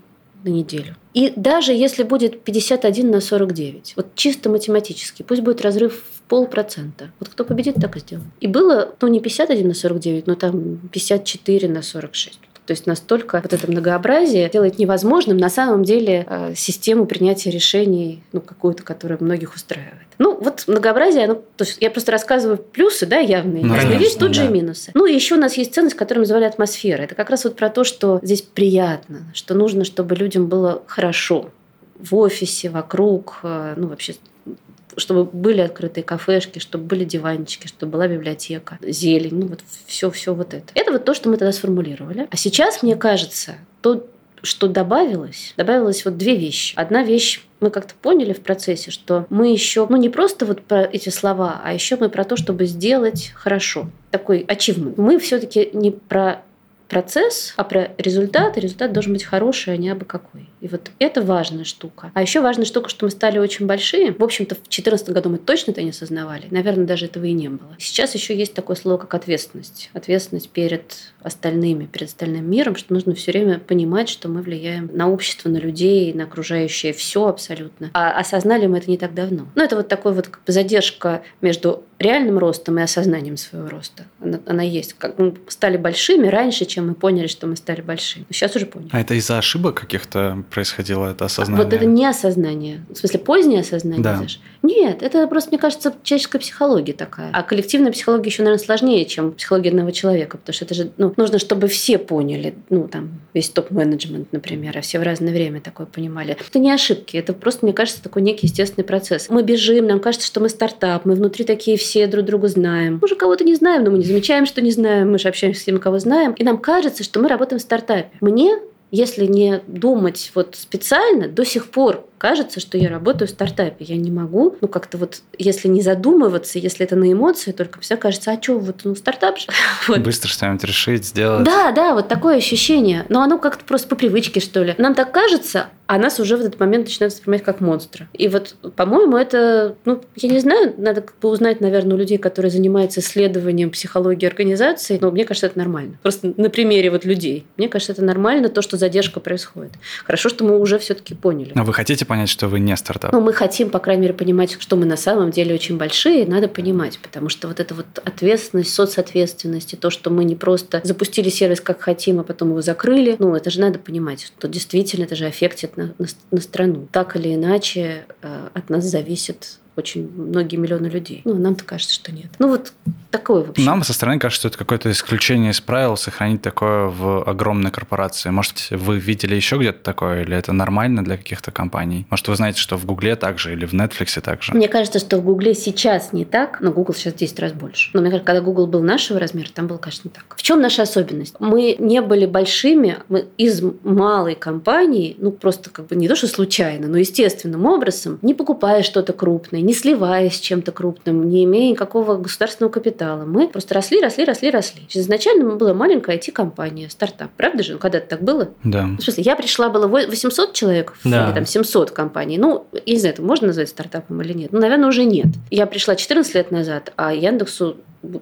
на неделю. И даже если будет 51 на 49, вот чисто математически, пусть будет разрыв в 0,5%. Вот кто победит, так и сделаем. И было, не 51 на 49, но там 54 на 46. То есть настолько вот это многообразие делает невозможным на самом деле систему принятия решений, какую-то, которая многих устраивает. Вот многообразие, то есть я просто рассказываю плюсы, явные. Конечно, есть тут же и минусы. И еще у нас есть ценность, которую называли атмосфера. Это как раз вот про то, что здесь приятно, что нужно, чтобы людям было хорошо в офисе, вокруг, вообще, чтобы были открытые кафешки, чтобы были диванчики, чтобы была библиотека, зелень, все вот это. Это вот то, что мы тогда сформулировали. А сейчас, мне кажется, то, что добавилось вот две вещи. Одна вещь, мы как-то поняли в процессе, что мы еще, не просто вот про эти слова, а еще мы про то, чтобы сделать хорошо. Такой achievement. Мы все-таки не про процесс, а про результат. И результат должен быть хороший, а не абы какой. И вот это важная штука. А еще важная штука, что мы стали очень большие. В общем-то, в 2014 году мы точно это не осознавали. Наверное, даже этого и не было. Сейчас еще есть такое слово, как ответственность. Ответственность перед остальными, перед остальным миром, что нужно все время понимать, что мы влияем на общество, на людей, на окружающее все абсолютно. А осознали мы это не так давно. Это вот такой вот задержка между реальным ростом и осознанием своего роста. Она есть. Мы стали большими раньше, чем мы поняли, что мы стали большими. Сейчас уже поняли. А это из-за ошибок каких-то происходило это осознание? Вот это не осознание. В смысле, позднее осознание? Да. Нет, это просто, мне кажется, человеческая психология такая. А коллективная психология еще, наверное, сложнее, чем психология одного человека. Потому что это же нужно, чтобы все поняли. Весь топ-менеджмент, например, а все в разное время такое понимали. Это не ошибки. Это просто, мне кажется, такой некий естественный процесс. Мы бежим, нам кажется, что мы стартап, мы внутри такие все друг друга знаем. Мы же кого-то не знаем, но мы не замечаем, что не знаем. Мы же общаемся с теми, кого знаем. И нам кажется, что мы работаем в стартапе. Мне, если не думать специально, до сих пор кажется, что я работаю в стартапе. Я не могу, как-то если не задумываться, если это на эмоции, только всегда кажется, а что, стартап же. Быстро что-нибудь решить, сделать. Да, вот такое ощущение. Но оно как-то просто по привычке, что ли. Нам так кажется, а нас уже в этот момент начинают воспринимать как монстра. И по-моему, это, я не знаю, надо узнать, наверное, у людей, которые занимаются исследованием психологии организации, но мне кажется, это нормально. Просто на примере людей. Мне кажется, это нормально, то, что задержка происходит. Хорошо, что мы уже все-таки поняли. А вы хотите понять, что вы не стартап? Мы хотим, по крайней мере, понимать, что мы на самом деле очень большие, надо понимать, потому что эта ответственность, соцответственность, и то, что мы не просто запустили сервис как хотим, а потом его закрыли, это же надо понимать, что действительно это же аффектит на страну. Так или иначе от нас зависит очень многие миллионы людей. Нам-то кажется, что нет. Такое вообще. Нам со стороны кажется, что это какое-то исключение из правил сохранить такое в огромной корпорации. Может, вы видели еще где-то такое, или это нормально для каких-то компаний? Может, вы знаете, что в Гугле так же, или в Netflix так же? Мне кажется, что в Гугле сейчас не так, но Google сейчас в 10 раз больше. Но мне кажется, когда Google был нашего размера, там было, конечно, так. В чем наша особенность? Мы не были большими, мы из малой компании, просто не то, что случайно, но естественным образом, не покупая что-то крупное, не сливаясь с чем-то крупным, не имея никакого государственного капитала. Мы просто росли. Изначально мы была маленькая IT-компания, стартап. Правда же? Когда-то так было? Да. В смысле, я пришла, было 800 человек, да. Или 700 компаний. Я не знаю, это можно назвать стартапом или нет? Наверное, уже нет. Я пришла 14 лет назад, а Яндексу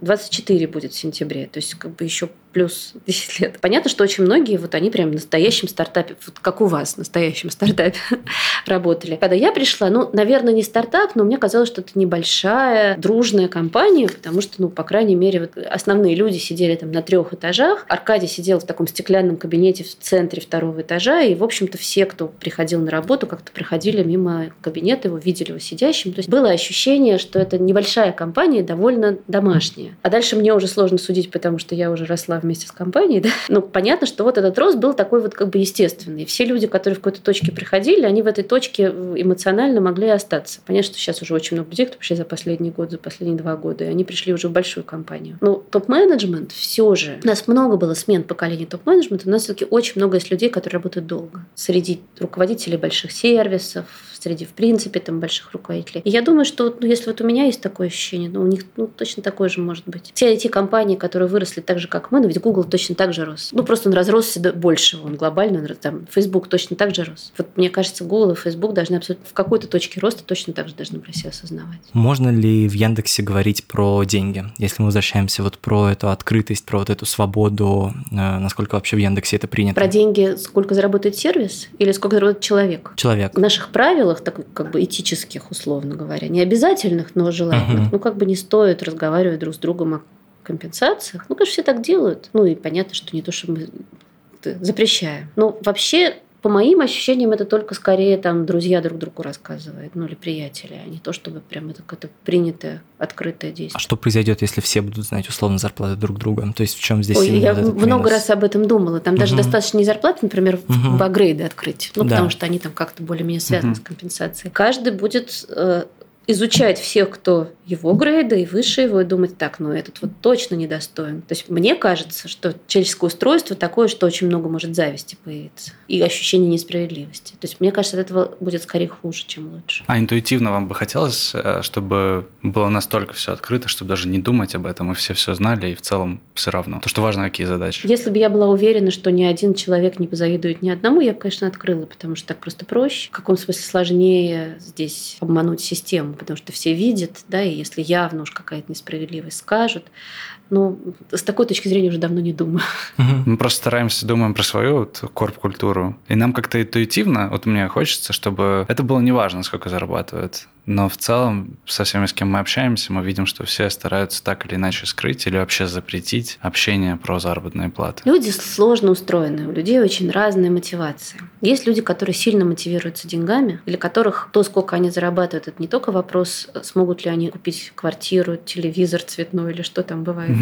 24 будет в сентябре. То есть еще плюс 10 лет. Понятно, что очень многие они прям в настоящем стартапе, как у вас, в настоящем стартапе работали. Когда я пришла, наверное, не стартап, но мне казалось, что это небольшая, дружная компания, потому что, по крайней мере, основные люди сидели там на 3 этажах. Аркадий сидел в таком стеклянном кабинете в центре 2 этажа, и, в общем-то, все, кто приходил на работу, как-то проходили мимо кабинета, его видели его сидящим. То есть было ощущение, что это небольшая компания, довольно домашняя. А дальше мне уже сложно судить, потому что я уже росла вместе с компанией, да? Но понятно, что этот рост был такой естественный. Все люди, которые в какой-то точке приходили, они в этой точке эмоционально могли остаться. Понятно, что сейчас уже очень много людей, кто пришли за последний год, за последние 2 года, и они пришли уже в большую компанию. Но топ-менеджмент все же. У нас много было смен поколений топ-менеджмента, у нас все-таки очень много есть людей, которые работают долго. Среди руководителей больших сервисов, среди, в принципе, там больших руководителей. И я думаю, что если вот у меня есть такое ощущение, у них точно такое же может быть. Все IT-компании, которые выросли так же, как мы, но ведь Google точно так же рос. Просто он разросся до большего, он глобально, там, Facebook точно так же рос. Вот мне кажется, Google и Facebook должны абсолютно в какой-то точке роста точно так же должны про себя осознавать. Можно ли в Яндексе говорить про деньги? Если мы возвращаемся вот про эту открытость, про вот эту свободу, насколько вообще в Яндексе это принято? Про деньги, сколько заработает сервис или сколько заработает человек? Человек. В наших правилах, как бы этических, условно говоря, не обязательных, но желательных, не стоит разговаривать друг с другом о компенсациях. Конечно, все так делают. И понятно, что не то, что мы запрещаем. Но вообще, по моим ощущениям, это только скорее там друзья друг другу рассказывают, или приятели, а не то, чтобы прям это какое-то принятое, открытое действие. А что произойдет, если все будут знать условно зарплаты друг друга? То есть в чем здесь я много раз об этом думала. Там даже достаточно не зарплаты, например, в апгрейды открыть, потому что они там как-то более-менее связаны с компенсацией. Каждый будет изучать всех, кто его грейда и выше его, и думать, этот вот точно недостоин. То есть мне кажется, что человеческое устройство такое, что очень много может зависти появиться и ощущение несправедливости. То есть мне кажется, от этого будет скорее хуже, чем лучше. А интуитивно вам бы хотелось, чтобы было настолько все открыто, чтобы даже не думать об этом, и все знали, и в целом все равно? То, что важно, какие задачи. Если бы я была уверена, что ни один человек не позавидует ни одному, я бы, конечно, открыла, потому что так просто проще. В каком смысле сложнее здесь обмануть систему, потому что все видят, и если явно уж какая-то несправедливость скажут, с такой точки зрения уже давно не думаю. Мы просто думаем про свою корп-культуру, и нам как-то интуитивно, мне хочется, чтобы это было неважно, сколько зарабатывают, но в целом со всеми, с кем мы общаемся, мы видим, что все стараются так или иначе скрыть или вообще запретить общение про заработные платы. Люди сложно устроены, у людей очень разные мотивации. Есть люди, которые сильно мотивируются деньгами, для которых то, сколько они зарабатывают, это не только вопрос, смогут ли они купить квартиру, телевизор цветной или что там бывает,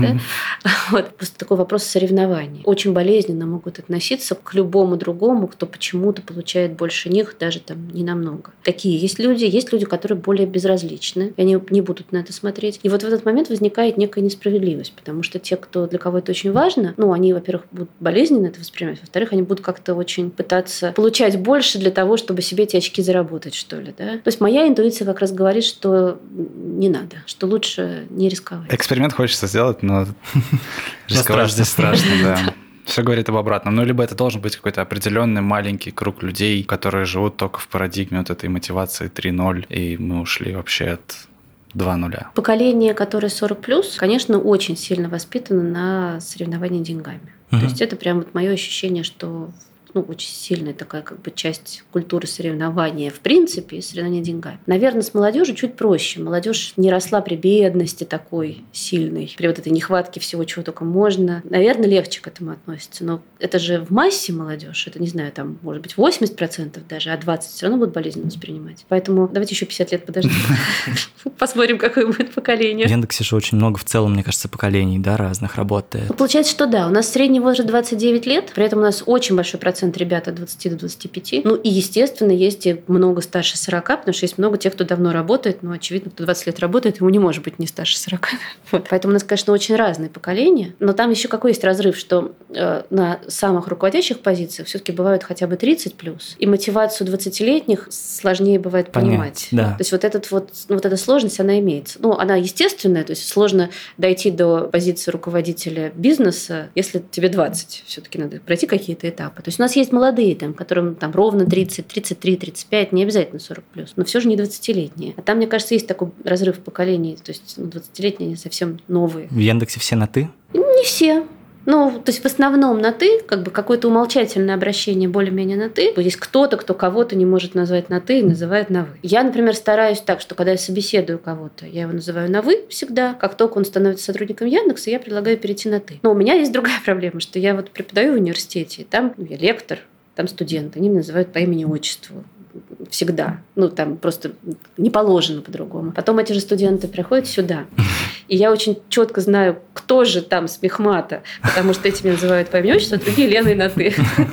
Просто такой вопрос соревнований. Очень болезненно могут относиться к любому другому, кто почему-то получает больше них, даже там не намного. Такие есть люди, которые более безразличны, и они не будут на это смотреть. И вот в этот момент возникает некая несправедливость, потому что те, для кого это очень важно, они, во-первых, будут болезненно это воспринимать, во-вторых, они будут как-то очень пытаться получать больше для того, чтобы себе эти очки заработать, что ли, То есть моя интуиция как раз говорит, что не надо, что лучше не рисковать. Эксперимент хочется сделать, но рисковать здесь страшно, да. Все говорит об обратном. Либо это должен быть какой-то определенный маленький круг людей, которые живут только в парадигме этой мотивации 3.0, и мы ушли вообще от 2.0. Поколение, которое 40+, конечно, очень сильно воспитано на соревновании деньгами. То есть это прям мое ощущение, что очень сильная такая часть культуры соревнования в принципе и соревнования деньгами. Наверное, с молодежью чуть проще. Молодежь не росла при бедности такой сильной, при этой нехватке всего, чего только можно. Наверное, легче к этому относится. Но это же в массе молодежь. Это, не знаю, там, может быть, 80% даже, а 20% все равно будут болезненно воспринимать. Поэтому давайте еще 50 лет подождем. Посмотрим, какое будет поколение. В Яндексе же очень много в целом, мне кажется, поколений, разных работает. Получается, что да. У нас средний возраст 29 лет, при этом у нас очень большой процент ребят от 20 до 25. И, естественно, есть и много старше 40, потому что есть много тех, кто давно работает, но, очевидно, кто 20 лет работает, ему не может быть не старше 40. Поэтому у нас, конечно, очень разные поколения. Но там еще какой есть разрыв, что на самых руководящих позициях все-таки бывают хотя бы 30+. И мотивацию 20-летних сложнее бывает понимать. Да. То есть эта сложность, она имеется. Она естественная, то есть сложно дойти до позиции руководителя бизнеса, если тебе 20. Все-таки надо пройти какие-то этапы. То есть у нас есть молодые, которым ровно 30, 33, 35, не обязательно 40+, но все же не 20-летние. А там, мне кажется, есть такой разрыв поколений, то есть 20-летние совсем новые. В Яндексе все на «ты»? Не все. То есть в основном на «ты», какое-то умолчательное обращение более-менее на «ты». Есть кто-то, кто кого-то не может назвать на «ты» и называет на «вы». Я, например, стараюсь так, что когда я собеседую кого-то, я его называю на «вы» всегда. Как только он становится сотрудником Яндекса, я предлагаю перейти на «ты». Но у меня есть другая проблема, что я преподаю в университете, и там я лектор, там студенты, они меня называют по имени-отчеству. Всегда. Там просто не положено по-другому. Потом эти же студенты приходят сюда. И я очень четко знаю, кто же там с мехмата, потому что эти меня называют по имени-отчеству, а другие Леной на «ты».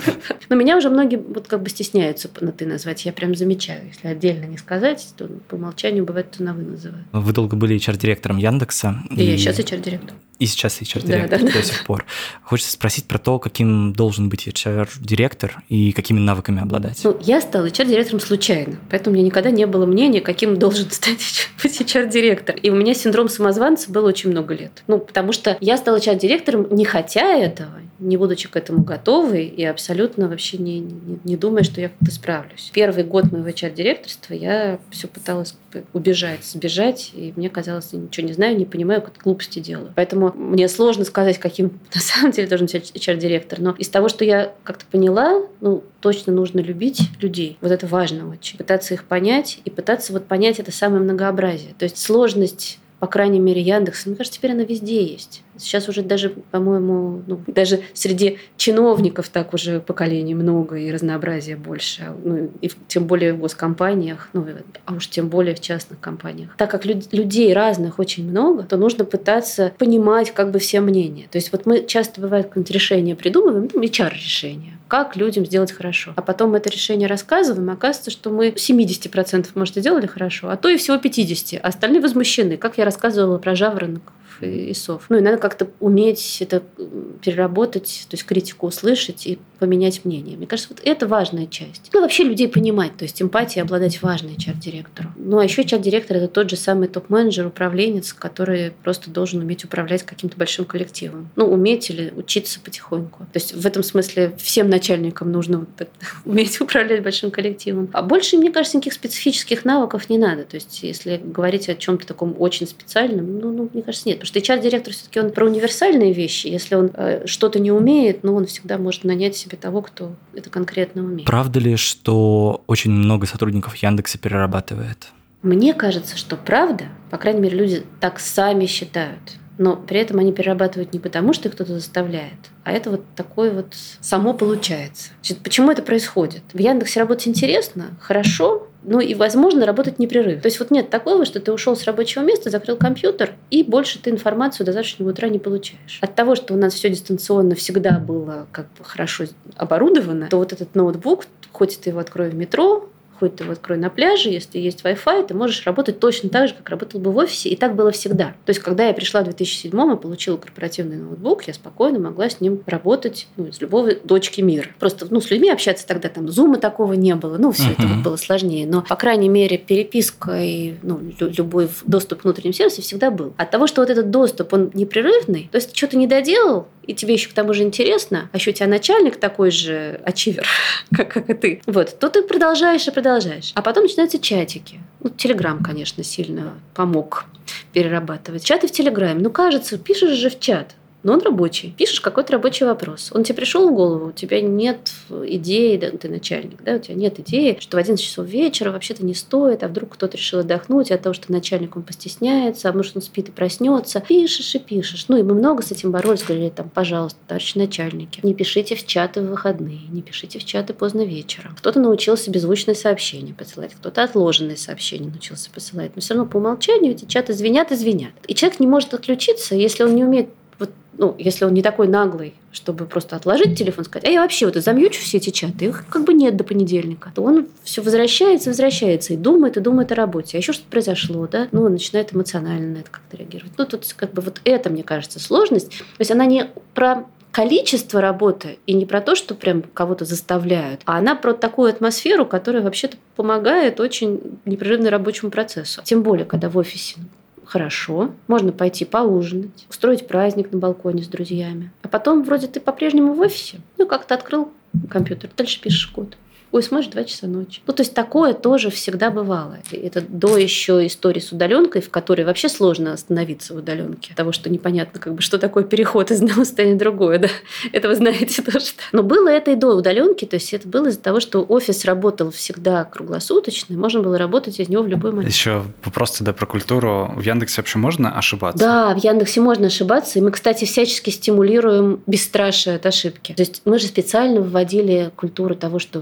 Но меня уже многие вот как бы стесняются на «ты» назвать. Я прям замечаю. Если отдельно не сказать, то по умолчанию бывает, то на «вы» называют. Вы долго были HR-директором Яндекса. И я сейчас HR-директор. И сейчас HR-директор до сих пор. Хочется спросить про то, каким должен быть HR-директор и какими навыками обладать. Я стала HR-директором случайно, поэтому у меня никогда не было мнения, каким должен стать HR-директор. И у меня синдром самозванца был очень много лет. Потому что я стала HR-директором, не хотя этого, не будучи к этому готовой и абсолютно вообще не думая, что я как-то справлюсь. Первый год моего HR-директорства я все пыталась убежать, сбежать, и мне казалось, я ничего не знаю, не понимаю, как глупости делаю. Поэтому мне сложно сказать, каким на самом деле должен быть HR-директор. Но из того, что я как-то поняла, точно нужно любить людей. Вот это важно очень. Пытаться их понять и пытаться понять это самое многообразие. То есть сложность, по крайней мере, Яндекса, мне кажется, теперь она везде есть. Сейчас уже даже, по-моему, даже среди чиновников так уже поколений много и разнообразия больше. И тем более в госкомпаниях, а уж тем более в частных компаниях. Так как людей разных очень много, то нужно пытаться понимать как бы все мнения. То есть мы часто, бывает, какое-нибудь решение придумываем, HR-решение. Как людям сделать хорошо. А потом это решение рассказываем, и оказывается, что мы 70%, может, сделали хорошо, а то и всего 50%. А остальные возмущены. Как я рассказывала про жаворонков и сов. И надо как-то уметь это переработать, то есть критику услышать и поменять мнение. Мне кажется, это важная часть. Вообще людей понимать, то есть эмпатией обладать важной HR-директору. А еще HR-директор – это тот же самый топ-менеджер, управленец, который просто должен уметь управлять каким-то большим коллективом. Уметь или учиться потихоньку. То есть в этом смысле всем начальникам нужно уметь управлять большим коллективом. А больше, мне кажется, никаких специфических навыков не надо. То есть если говорить о чем-то таком очень специальном, мне кажется, нет. Потому что HR-директор все-таки он про универсальные вещи. Если он что-то не умеет, он всегда может нанять себе того, кто это конкретно умеет. Правда ли, что очень много сотрудников Яндекса перерабатывает? Мне кажется, что правда. По крайней мере, люди так сами считают. Но при этом они перерабатывают не потому, что их кто-то заставляет, а это такое само получается. Значит, почему это происходит? В Яндексе работать интересно, хорошо, и, возможно, работать непрерывно. То есть нет такого, что ты ушел с рабочего места, закрыл компьютер, и больше ты информацию до завтрашнего утра не получаешь. От того, что у нас все дистанционно всегда было хорошо оборудовано, то этот ноутбук, хоть ты его открой в метро, хоть ты его открой на пляже, если есть Wi-Fi, ты можешь работать точно так же, как работал бы в офисе, и так было всегда. То есть, когда я пришла в 2007-м и получила корпоративный ноутбук, я спокойно могла с ним работать из любого точки мира. Просто с людьми общаться тогда, зума такого не было, все это было сложнее. Но, по крайней мере, переписка и любой доступ к внутренним сервисам всегда был. От того, что этот доступ, он непрерывный, то есть ты что-то не доделал, и тебе еще к тому же интересно, а еще у тебя начальник такой же ачивер, как и ты, то ты продолжаешь. А потом начинаются чатики. Телеграм, конечно, сильно помог перерабатывать. Чаты в Телеграме. Кажется, пишешь же в чат, но он рабочий. Пишешь какой-то рабочий вопрос. Он тебе пришел в голову, у тебя нет идеи, ты начальник, у тебя нет идеи, что в 11 часов вечера вообще-то не стоит, а вдруг кто-то решил отдохнуть, от того, что начальник он постесняется, а может он спит и проснется. Пишешь и пишешь. И мы много с этим боролись, говорили, пожалуйста, товарищи начальники, не пишите в чаты в выходные, не пишите в чаты поздно вечером. Кто-то научился беззвучные сообщения посылать, кто-то отложенные сообщения научился посылать. Но все равно по умолчанию эти чаты звенят и звенят. И человек не может отключиться, если он не умеет если он не такой наглый, чтобы просто отложить телефон, сказать, а я вообще замьючу все эти чаты, их нет до понедельника, то он все возвращается и думает о работе. А еще что-то произошло, он начинает эмоционально на это как-то реагировать. Тут это, мне кажется, сложность. То есть она не про количество работы и не про то, что прям кого-то заставляют, а она про такую атмосферу, которая вообще-то помогает очень непрерывно рабочему процессу. Тем более, когда в офисе хорошо, можно пойти поужинать, устроить праздник на балконе с друзьями. А потом вроде ты по-прежнему в офисе, как-то открыл компьютер, дальше пишешь код. Смотришь 2 часа ночи. То есть такое тоже всегда бывало. И это до еще истории с удаленкой, в которой вообще сложно остановиться в удаленке. Того, что непонятно, что такое переход из одного состояния в другое. Да? Это вы знаете тоже. Но было это и до удаленки. То есть это было из-за того, что офис работал всегда круглосуточно, и можно было работать из него в любой момент. Еще вопрос тогда про культуру. В Яндексе вообще можно ошибаться? Да, в Яндексе можно ошибаться. И мы, кстати, всячески стимулируем бесстрашие от ошибки. То есть мы же специально вводили культуру того, что есть эксперимент,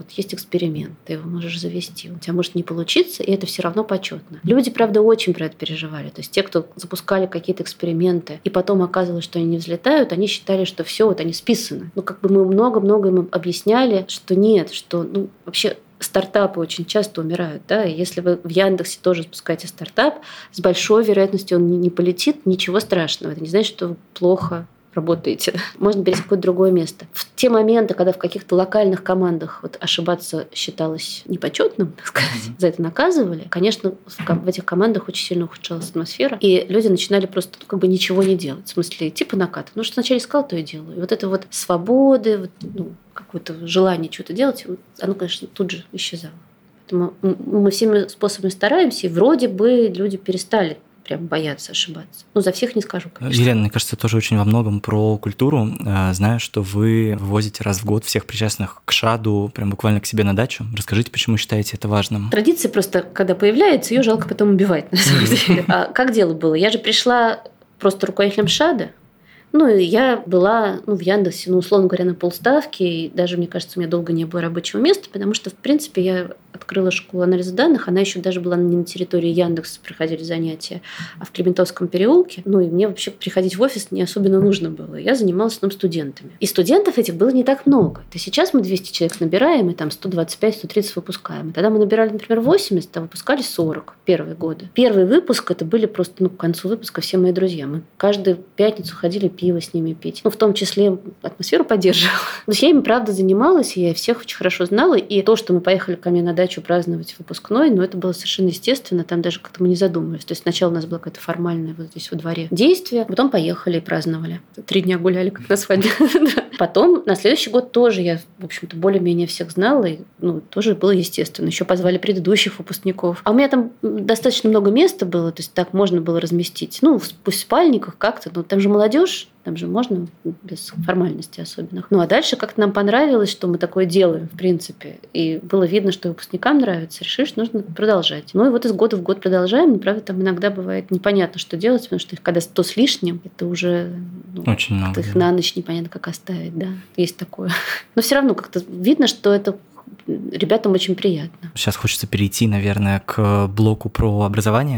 эксперимент, ты его можешь завести, у тебя может не получиться, и это все равно почетно. Люди, правда, очень про это переживали. То есть те, кто запускали какие-то эксперименты, и потом оказывалось, что они не взлетают, они считали, что все, вот они списаны. Ну, как бы мы много-много им объясняли, что нет, что вообще стартапы очень часто умирают. Да? И если вы в Яндексе тоже запускаете стартап, с большой вероятностью он не полетит, ничего страшного. Это не значит, что вы плохо работаете. Можно перейти в какое-то другое место. В те моменты, когда в каких-то локальных командах вот ошибаться считалось непочетным, так сказать, за это наказывали, конечно, в этих командах очень сильно ухудшалась атмосфера, и люди начинали просто ничего не делать. В смысле, идти по накату. Что вначале искал, то и делаю. И вот это вот свободы, какое-то желание что-то делать, оно, конечно, тут же исчезало. Поэтому мы всеми способами стараемся, и вроде бы люди перестали прям боятся ошибаться. За всех не скажу, конечно. Елена, мне кажется, тоже очень во многом про культуру. Знаю, что вы вывозите раз в год всех причастных к ШАДу прям буквально к себе на дачу. Расскажите, почему считаете это важным? Традиция просто, когда появляется, ее жалко потом убивать, на самом деле. А как дело было? Я же пришла просто руководителем ШАДа, и я была в Яндексе, условно говоря, на полставки, и даже, мне кажется, у меня долго не было рабочего места, потому что, в принципе, я открыла школу анализа данных, она еще даже была не на территории Яндекса, проходили занятия, а в Клементовском переулке. И мне вообще приходить в офис не особенно нужно было. Я занималась студентами. И студентов этих было не так много. То сейчас мы 200 человек набираем, и там 125-130 выпускаем. И тогда мы набирали, например, 80, а выпускали 40 первые годы. Первый выпуск, это были просто, к концу выпуска все мои друзья. Мы каждую пятницу ходили пиво с ними пить. В том числе атмосферу поддерживала. То есть я ими, правда, занималась, и я всех очень хорошо знала. И то, что мы поехали ко мне на дачу праздновать выпускной, это было совершенно естественно, там даже как-то мы не задумывались. То есть сначала у нас было какое-то формальное вот здесь во дворе действие, а потом поехали и праздновали. 3 дня гуляли, как на свадьбе. Потом на следующий год тоже я, в общем-то, более-менее всех знала, и тоже было естественно. Еще позвали предыдущих выпускников. А у меня там достаточно много места было, то есть так можно было разместить. Пусть в спальниках как-то, но там же молодежь, там же можно без формальностей особенных. А дальше как-то нам понравилось, что мы такое делаем, в принципе. И было видно, что выпускникам нравится. Решили, что нужно продолжать. И вот из года в год продолжаем. Но, правда, там иногда бывает непонятно, что делать, потому что их когда 100 с лишним, это уже очень много. Их на ночь непонятно, как оставить. Да, есть такое. Но все равно как-то видно, что это ребятам очень приятно. Сейчас хочется перейти, наверное, к блоку про образование.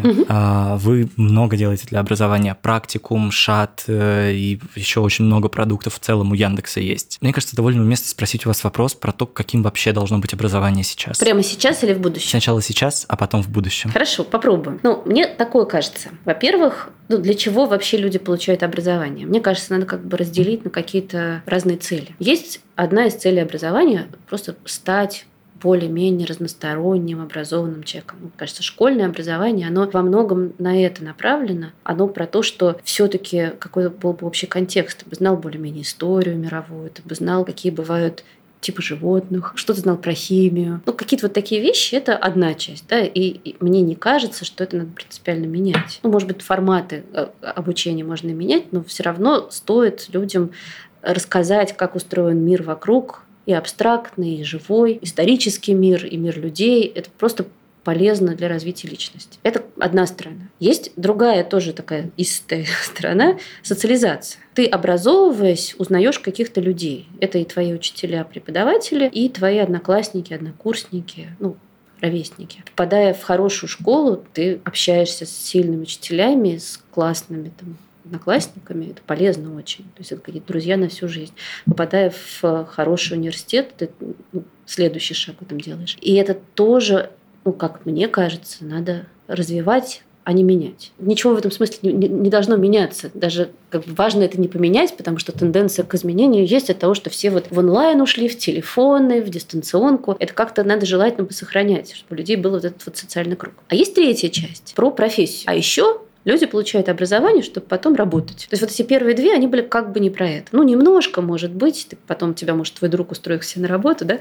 Вы много делаете для образования. Практикум, ШАД и еще очень много продуктов в целом у Яндекса есть. Мне кажется, довольно уместно спросить у вас вопрос про то, каким вообще должно быть образование сейчас. Прямо сейчас или в будущем? Сначала сейчас, а потом в будущем. Хорошо, попробуем. Мне такое кажется. Во-первых, для чего вообще люди получают образование? Мне кажется, надо разделить на какие-то разные цели. Есть одна из целей образования – просто стать более-менее разносторонним, образованным человеком. Мне кажется, школьное образование, оно во многом на это направлено. Оно про то, что все-таки какой был бы общий контекст. Ты бы знал более-менее историю мировую, ты бы знал, какие бывают типы животных, что ты знал про химию. Какие-то такие вещи – это одна часть. Да? И мне не кажется, что это надо принципиально менять. Может быть, форматы обучения можно менять, но все равно стоит людям рассказать, как устроен мир вокруг, и абстрактный, и живой, исторический мир, и мир людей. Это просто полезно для развития личности. Это одна сторона. Есть другая, тоже такая истая сторона – социализация. Ты, образовываясь, узнаешь каких-то людей. Это и твои учителя, преподаватели, и твои одноклассники, однокурсники, ровесники. Попадая в хорошую школу, ты общаешься с сильными учителями, с классными одноклассниками, это полезно очень. То есть это какие-то друзья на всю жизнь. Попадая в хороший университет, ты следующий шаг в этом делаешь. И это тоже, как мне кажется, надо развивать, а не менять. Ничего в этом смысле не должно меняться. Даже важно это не поменять, потому что тенденция к изменению есть от того, что все в онлайн ушли, в телефоны, в дистанционку. Это как-то надо желательно сохранять, чтобы у людей был этот социальный круг. А есть третья часть про профессию. А еще люди получают образование, чтобы потом работать. То есть эти первые две, они были не про это. Немножко, может быть, потом тебя, может, твой друг устроит все на работу, да?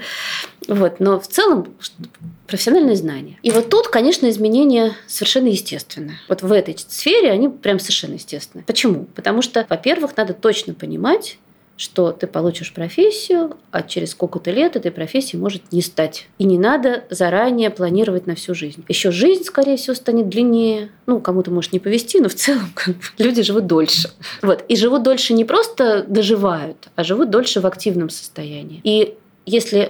Но в целом профессиональные знания. И тут, конечно, изменения совершенно естественны. В этой сфере они прям совершенно естественны. Почему? Потому что, во-первых, надо точно понимать, что ты получишь профессию, а через сколько-то лет этой профессии может не стать. И не надо заранее планировать на всю жизнь. Еще жизнь, скорее всего, станет длиннее. Кому-то может не повезти, но в целом люди живут дольше. И живут дольше не просто доживают, а живут дольше в активном состоянии. И если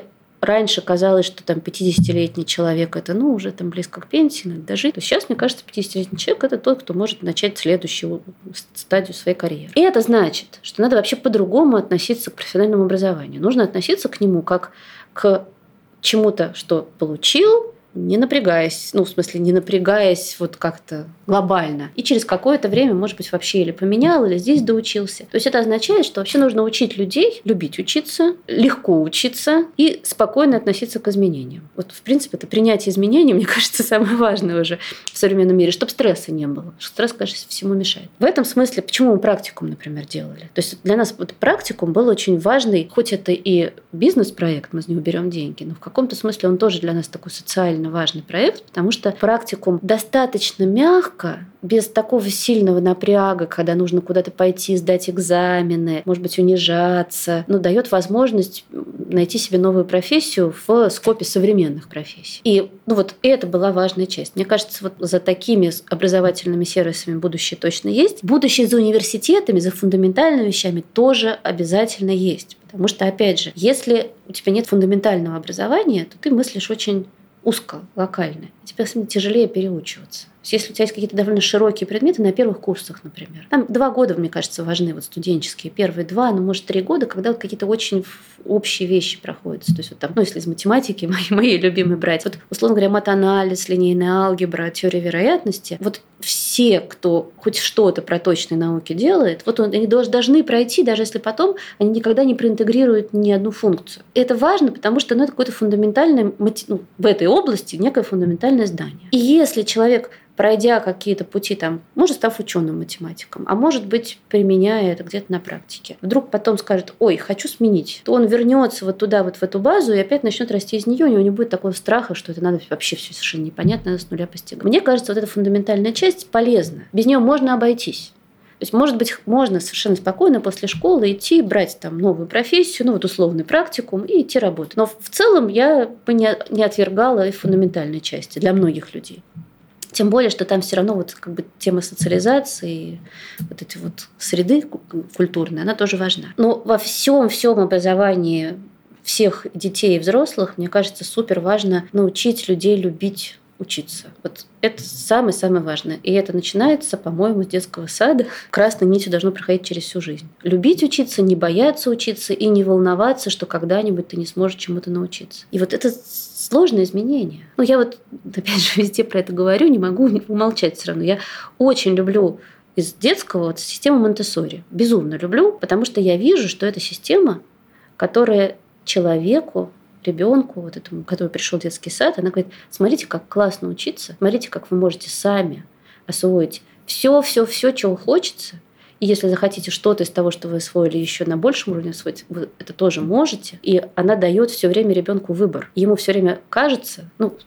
раньше казалось, что там 50-летний человек – это, уже там близко к пенсии, надо дожить, то сейчас, мне кажется, 50-летний человек – это тот, кто может начать следующую стадию своей карьеры. И это значит, что надо вообще по-другому относиться к профессиональному образованию. Нужно относиться к нему как к чему-то, что получил, не напрягаясь, не напрягаясь вот как-то глобально. И через какое-то время, может быть, вообще или поменял, или здесь доучился. То есть это означает, что вообще нужно учить людей, любить учиться, легко учиться и спокойно относиться к изменениям. Вот, в принципе, это принятие изменений, мне кажется, самое важное уже в современном мире, чтобы стресса не было. Потому что стресс, конечно, всему мешает. В этом смысле, почему мы практикум, например, делали? То есть для нас вот практикум был очень важный, хоть это и бизнес-проект, мы с него берем деньги, но в каком-то смысле он тоже для нас такой социально важный проект, потому что практикум достаточно мягко, без такого сильного напряга, когда нужно куда-то пойти, сдать экзамены, может быть, унижаться, дает возможность найти себе новую профессию в скопе современных профессий. И это была важная часть. Мне кажется, вот за такими образовательными сервисами будущее точно есть. Будущее за университетами, за фундаментальными вещами тоже обязательно есть. Потому что, опять же, если у тебя нет фундаментального образования, то ты мыслишь очень узко, локально. Тебе тяжелее переучиваться. Если у тебя есть какие-то довольно широкие предметы на первых курсах, например. Там 2 года, мне кажется, важны студенческие. Первые 2, может 3 года, когда какие-то очень общие вещи проходят. То есть если из математики, мои любимые брать, условно говоря, матанализ, линейная алгебра, теория вероятности, все, кто хоть что-то про точные науки делает, они должны пройти, даже если потом они никогда не проинтегрируют ни одну функцию. И это важно, потому что это какое-то фундаментальное, в этой области некое фундаментальное здание. И если человек, пройдя какие-то пути, может, став ученым-математиком, а может быть, применяя это где-то на практике, вдруг потом скажет: ой, хочу сменить, то он вернется туда, в эту базу, и опять начнет расти из нее, у него не будет такого страха, что это надо вообще все совершенно непонятно, надо с нуля постигать. Мне кажется, эта фундаментальная часть полезна. Без нее можно обойтись. То есть, может быть, можно совершенно спокойно после школы идти, брать новую профессию, условный практикум и идти работать. Но в целом я бы не отвергала и фундаментальной части для многих людей. Тем более, что там все равно тема социализации, эти среды культурные, она тоже важна. Но во всем образовании всех детей и взрослых, мне кажется, супер важно научить людей любить учиться. Это самое-самое важное. И это начинается, по-моему, с детского сада. Красной нитью должно проходить через всю жизнь. Любить учиться, не бояться учиться и не волноваться, что когда-нибудь ты не сможешь чему-то научиться. И это сложное изменение. Я опять же, везде про это говорю, не могу умолчать все равно. Я очень люблю из детского систему Монтессори. Безумно люблю, потому что я вижу, что это система, которая человеку, ребенку, этому, который пришел в детский сад, она говорит: смотрите, как классно учиться, смотрите, как вы можете сами освоить все, чего хочется. И если захотите что-то из того, что вы освоили, еще на большем уровне освоить, вы это тоже можете. И она дает все время ребенку выбор. Ему все время кажется,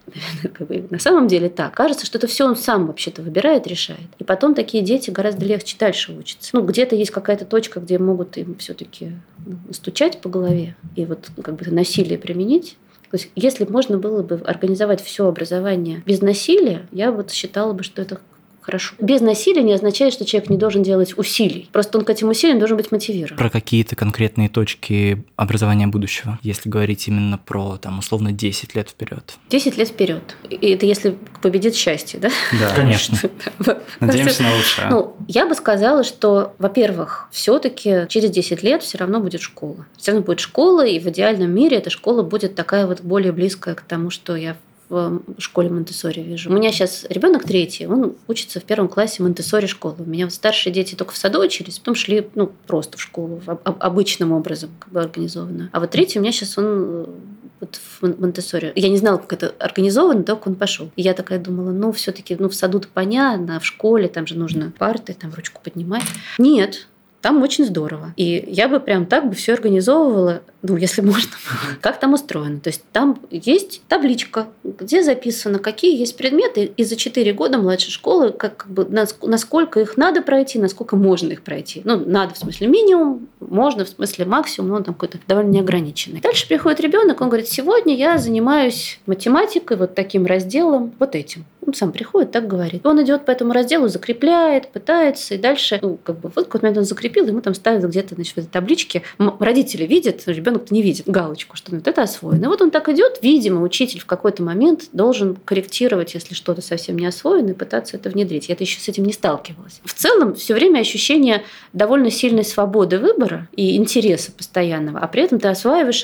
на самом деле так, кажется, что это все он сам вообще-то выбирает, решает. И потом такие дети гораздо легче дальше учатся. Где-то есть какая-то точка, где могут им все-таки стучать по голове и насилие применить. То есть, если можно было бы организовать все образование без насилия, я считала бы, что это хорошо. Без насилия не означает, что человек не должен делать усилий. Просто он к этим усилиям должен быть мотивирован. Про какие-то конкретные точки образования будущего, если говорить именно про, условно, 10 лет вперед. 10 лет вперед. И это если победит счастье, да? Да, конечно. Надеемся на лучшее. Я бы сказала, что, во-первых, все-таки через 10 лет все равно будет школа. Все равно будет школа, и в идеальном мире эта школа будет такая более близкая к тому, что я в школе Монтессори вижу. У меня сейчас ребенок 3, он учится в 1 классе Монтессори школы. У меня старшие дети только в саду учились, потом шли просто в школу, обычным образом организованно. А 3 у меня сейчас он в Монтессори. Я не знала, как это организовано, только он пошел. И я такая думала, все-таки в саду-то понятно, а в школе там же нужно парты, там ручку поднимать. Нет. Там очень здорово. И я бы прям так бы все организовывала, если можно. Как там устроено? То есть там есть табличка, где записано, какие есть предметы, и за 4 года младшей школы насколько их надо пройти, насколько можно их пройти. Надо в смысле минимум, можно в смысле максимум, он там какой-то довольно неограниченный. Дальше приходит ребенок, он говорит: сегодня я занимаюсь математикой, таким разделом, этим. Он сам приходит, так говорит. Он идет по этому разделу, закрепляет, пытается, и дальше, в какой-то момент он закрепил, ему там ставят где-то, в этой табличке. Родители видят, ребенок ребенок не видит галочку, что вот это освоено. И вот он так идет, видимо, учитель в какой-то момент должен корректировать, если что-то совсем не освоено, и пытаться это внедрить. Я-то еще с этим не сталкивалась. В целом, все время ощущение довольно сильной свободы выбора и интереса постоянного, а при этом ты осваиваешь.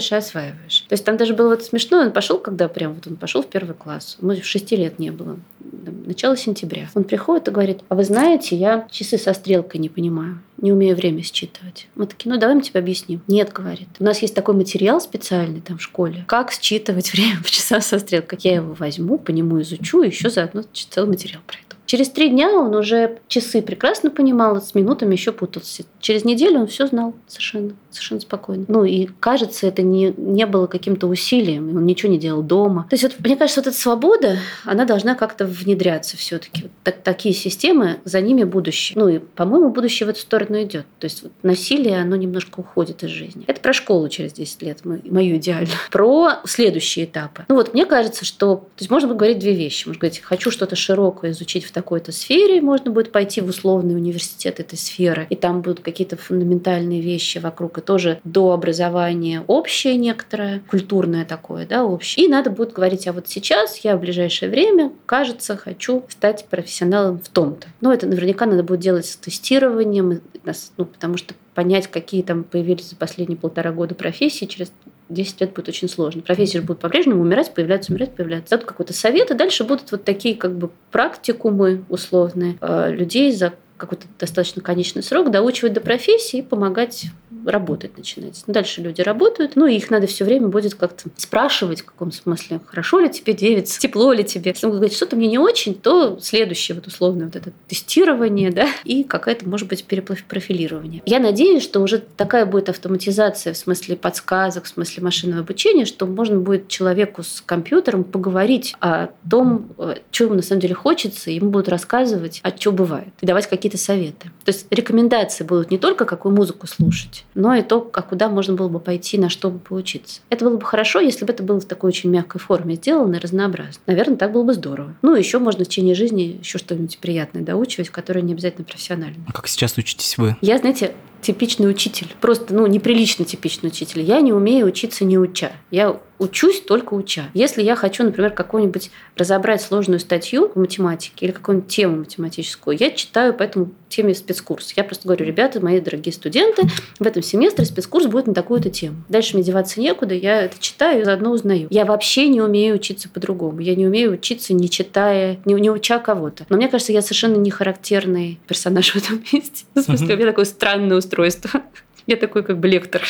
То есть там даже было вот смешно, он пошел, когда прям вот он пошел в 1 класс, ему 6 лет не было, начало сентября. Он приходит и говорит: а вы знаете, я часы со стрелкой не понимаю, не умею время считывать. Мы такие: давай мы тебе объясним. Нет, говорит, у нас есть такой материал специальный там в школе, как считывать время в часах со стрелкой. Я его возьму, по нему изучу, и еще заодно целый материал пройду. Через 3 дня он уже часы прекрасно понимал, с минутами еще путался. Через неделю он все знал совершенно спокойно. И кажется, это не было каким-то усилием, он ничего не делал дома. То есть вот, мне кажется, вот эта свобода, она должна как-то внедряться все-таки. Такие системы, за ними будущее. И, по-моему, будущее в эту сторону идет. То есть вот насилие, оно немножко уходит из жизни. Это про школу через 10 лет, мою идеальную. Про следующие этапы. Мне кажется, что... То есть можно говорить 2 вещи. Можно говорить: хочу что-то широкое изучить в такой-то сфере, можно будет пойти в условный университет этой сферы, и там будут какие-то фундаментальные вещи вокруг, и тоже до образования общее некоторое, культурное такое, общее. И надо будет говорить: а вот сейчас я в ближайшее время, кажется, хочу стать профессионалом в том-то. Это наверняка надо будет делать с тестированием, потому что понять, какие там появились за последние 1,5 года профессии, через 10 лет будет очень сложно. Профессии же будут по-прежнему умирать, появляться. Дадут какой-то совет, и дальше будут вот такие практикумы условные людей за какой-то достаточно конечный срок доучивать до профессии и помогать работать начинать. Дальше люди работают, и их надо все время будет как-то спрашивать, в каком смысле, хорошо ли тебе, девица, тепло ли тебе. Если он говорит: что-то мне не очень, то следующее условно это тестирование, и какая-то, может быть, перепрофилирование. Я надеюсь, что уже такая будет автоматизация в смысле подсказок, в смысле машинного обучения, что можно будет человеку с компьютером поговорить о том, что ему на самом деле хочется, и ему будут рассказывать, что бывает, и давать какие-то советы. То есть рекомендации будут не только, какую музыку слушать, но и то, куда можно было бы пойти, на что бы поучиться. Это было бы хорошо, если бы это было в такой очень мягкой форме сделано и разнообразно. Наверное, так было бы здорово. Еще можно в течение жизни еще что-нибудь приятное доучивать, которое не обязательно профессионально. А как сейчас учитесь вы? Я, знаете, типичный учитель. Просто, неприлично типичный учитель. Я не умею учиться не уча. Я учусь только уча. Если я хочу, например, какую-нибудь разобрать сложную статью по математике или какую-нибудь тему математическую, я читаю по этому теме спецкурс. Я просто говорю: ребята, мои дорогие студенты, в этом семестре спецкурс будет на такую-то тему. Дальше мне деваться некуда, я это читаю и заодно узнаю. Я вообще не умею учиться по-другому. Я не умею учиться, не читая, не уча кого-то. Но мне кажется, я совершенно не характерный персонаж в этом месте. В смысле, у меня такое странное устройство. Я такой лектор.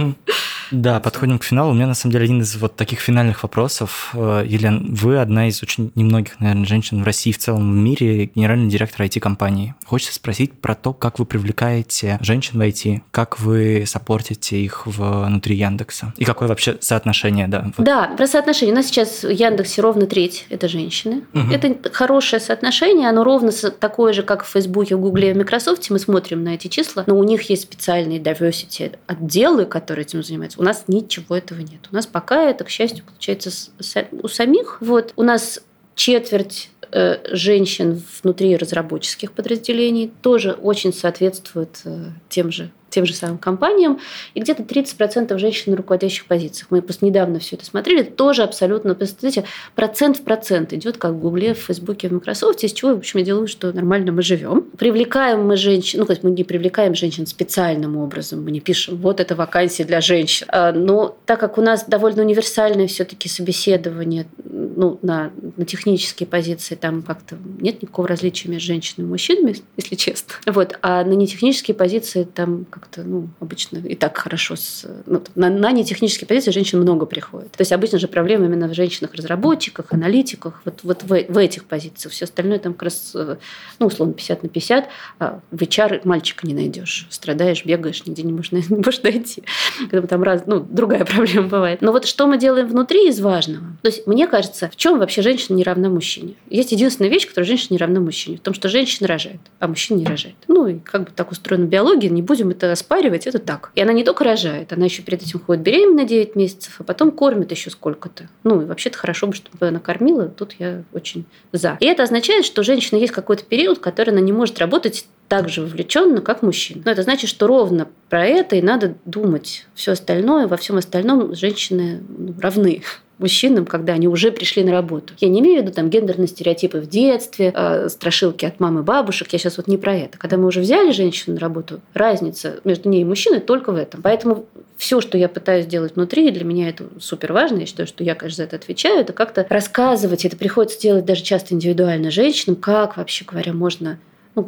Да, подходим к финалу. У меня, на самом деле, один из таких финальных вопросов. Елена, вы одна из очень немногих, наверное, женщин в России, в целом в мире, генеральный директор IT-компании. Хочется спросить про то, как вы привлекаете женщин в IT, как вы саппортите их внутри Яндекса, и какое вообще соотношение, да? Да, про соотношение. У нас сейчас в Яндексе ровно треть – это женщины. Это хорошее соотношение, оно ровно такое же, как в Фейсбуке, в Гугле, в Мicrosoft. Мы смотрим на эти числа, но у них есть специальные diversity отделы, которые этим занимаются. У нас ничего этого нет. У нас пока это, к счастью, получается у самих. У нас четверть женщин внутри разработческих подразделений тоже очень соответствует тем же самым компаниям, и где-то 30% женщин на руководящих позициях. Мы просто недавно все это смотрели, тоже абсолютно, представляете, процент в процент идет, как в Гугле, в Фейсбуке, в Microsoft, из чего, в общем, я делаю, что нормально мы живем. Привлекаем мы женщин, то есть мы не привлекаем женщин специальным образом, мы не пишем: вот это вакансия для женщин. Но так как у нас довольно универсальное все-таки собеседование, на технические позиции там как-то нет никакого различия между женщинами и мужчинами, если честно. А на нетехнические позиции там как-то, обычно и так хорошо. На нетехнические позиции женщин много приходит. То есть обычно же проблема именно в женщинах-разработчиках, аналитиках, в этих позициях. Все остальное там как раз, условно, 50/50. А в HR мальчика не найдешь. Страдаешь, бегаешь, нигде не можешь найти. Там другая проблема бывает. Но что мы делаем внутри из важного? То есть мне кажется, в чем вообще женщина не равна мужчине? Есть единственная вещь, которая женщина не равна мужчине. В том, что женщина рожает, а мужчина не рожает. И так устроена биология, не будем это оспаривать, это так. И она не только рожает, она еще перед этим ходит беременна 9 месяцев, а потом кормит еще сколько-то. И вообще-то хорошо бы, чтобы она кормила, тут я очень за. И это означает, что женщина есть какой-то период, который она не может работать так же вовлеченно, как мужчина. Но это значит, что ровно про это и надо думать. Все остальное, во всем остальном женщины равны мужчинам, когда они уже пришли на работу. Я не имею в виду там гендерные стереотипы в детстве, страшилки от мамы и бабушек. Я сейчас вот не про это. Когда мы уже взяли женщину на работу, разница между ней и мужчиной только в этом. Поэтому все, что я пытаюсь делать внутри, для меня это супер важно. Я считаю, что я, конечно, за это отвечаю. Это как-то рассказывать. Это приходится делать даже часто индивидуально женщинам. Как, вообще говоря, можно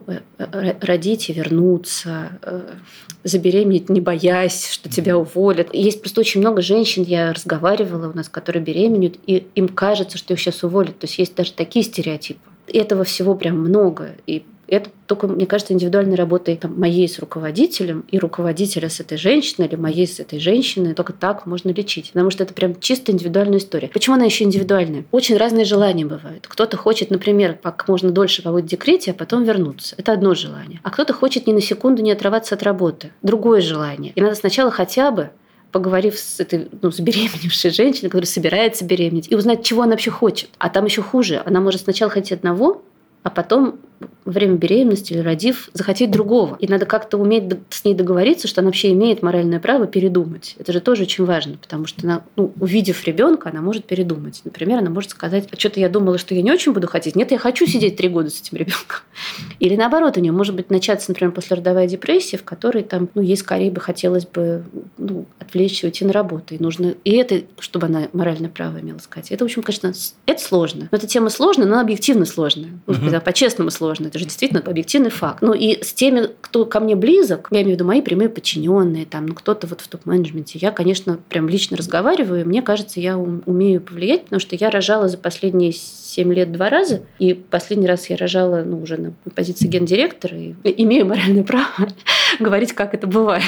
родить и вернуться, забеременеть, не боясь, что тебя уволят. Есть просто очень много женщин, я разговаривала у нас, которые беременеют, и им кажется, что их сейчас уволят. То есть есть даже такие стереотипы. И этого всего прям много. И это только, мне кажется, индивидуальной работой моей с руководителем и руководителя с этой женщиной или моей с этой женщиной. Только так можно лечить. Потому что это прям чисто индивидуальная история. Почему она еще индивидуальная? Очень разные желания бывают. Кто-то хочет, например, как можно дольше побыть в декрете, а потом вернуться. Это одно желание. А кто-то хочет ни на секунду не отрываться от работы. Другое желание. И надо сначала хотя бы поговорив с этой забеременевшей женщиной, которая собирается беременеть, и узнать, чего она вообще хочет. А там еще хуже. Она может сначала хотеть одного, а потом во время беременности или родив захотеть другого. И надо как-то уметь с ней договориться, что она вообще имеет моральное право передумать. Это же тоже очень важно, потому что она, увидев ребенка, она может передумать. Например, она может сказать: а что-то я думала, что я не очень буду хотеть. Нет, я хочу сидеть 3 года с этим ребенком. Или наоборот, у нее может быть начаться, например, послеродовая депрессия, в которой там, ей скорее бы хотелось бы отвлечься, уйти на работу. И это, чтобы она моральное право имела сказать. Это, в общем, конечно, это сложно. Но эта тема сложная, но она объективно сложная. По-честному сложно. Это же действительно объективный факт. И с теми, кто ко мне близок, я имею в виду мои прямые подчиненные, кто-то в топ-менеджменте, я, конечно, прям лично разговариваю, и мне кажется, я умею повлиять, потому что я рожала за последние 7 лет 2 раза, и последний раз я рожала уже на позиции гендиректора, и имею моральное право говорить, как это бывает.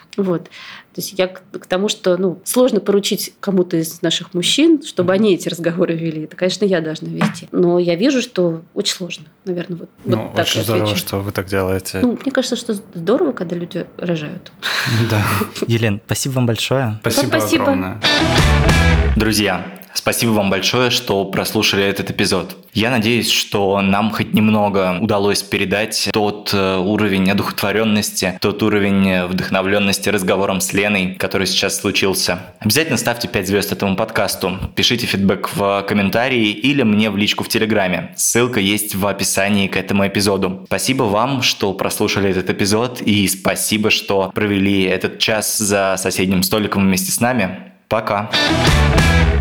То есть я к тому, что сложно поручить кому-то из наших мужчин, чтобы они эти разговоры вели. Это, конечно, я должна вести. Но я вижу, что очень сложно. Наверное, вот так очень здорово, что вы так делаете. Мне кажется, что здорово, когда люди рожают. Да. Елена, спасибо вам большое. Спасибо огромное. Друзья, спасибо вам большое, что прослушали этот эпизод. Я надеюсь, что нам хоть немного удалось передать тот уровень одухотворенности, тот уровень вдохновленности разговором с Леной, который сейчас случился. Обязательно ставьте 5 звезд этому подкасту, пишите фидбэк в комментарии или мне в личку в Телеграме. Ссылка есть в описании к этому эпизоду. Спасибо вам, что прослушали этот эпизод, и спасибо, что провели этот час за соседним столиком вместе с нами. Пока!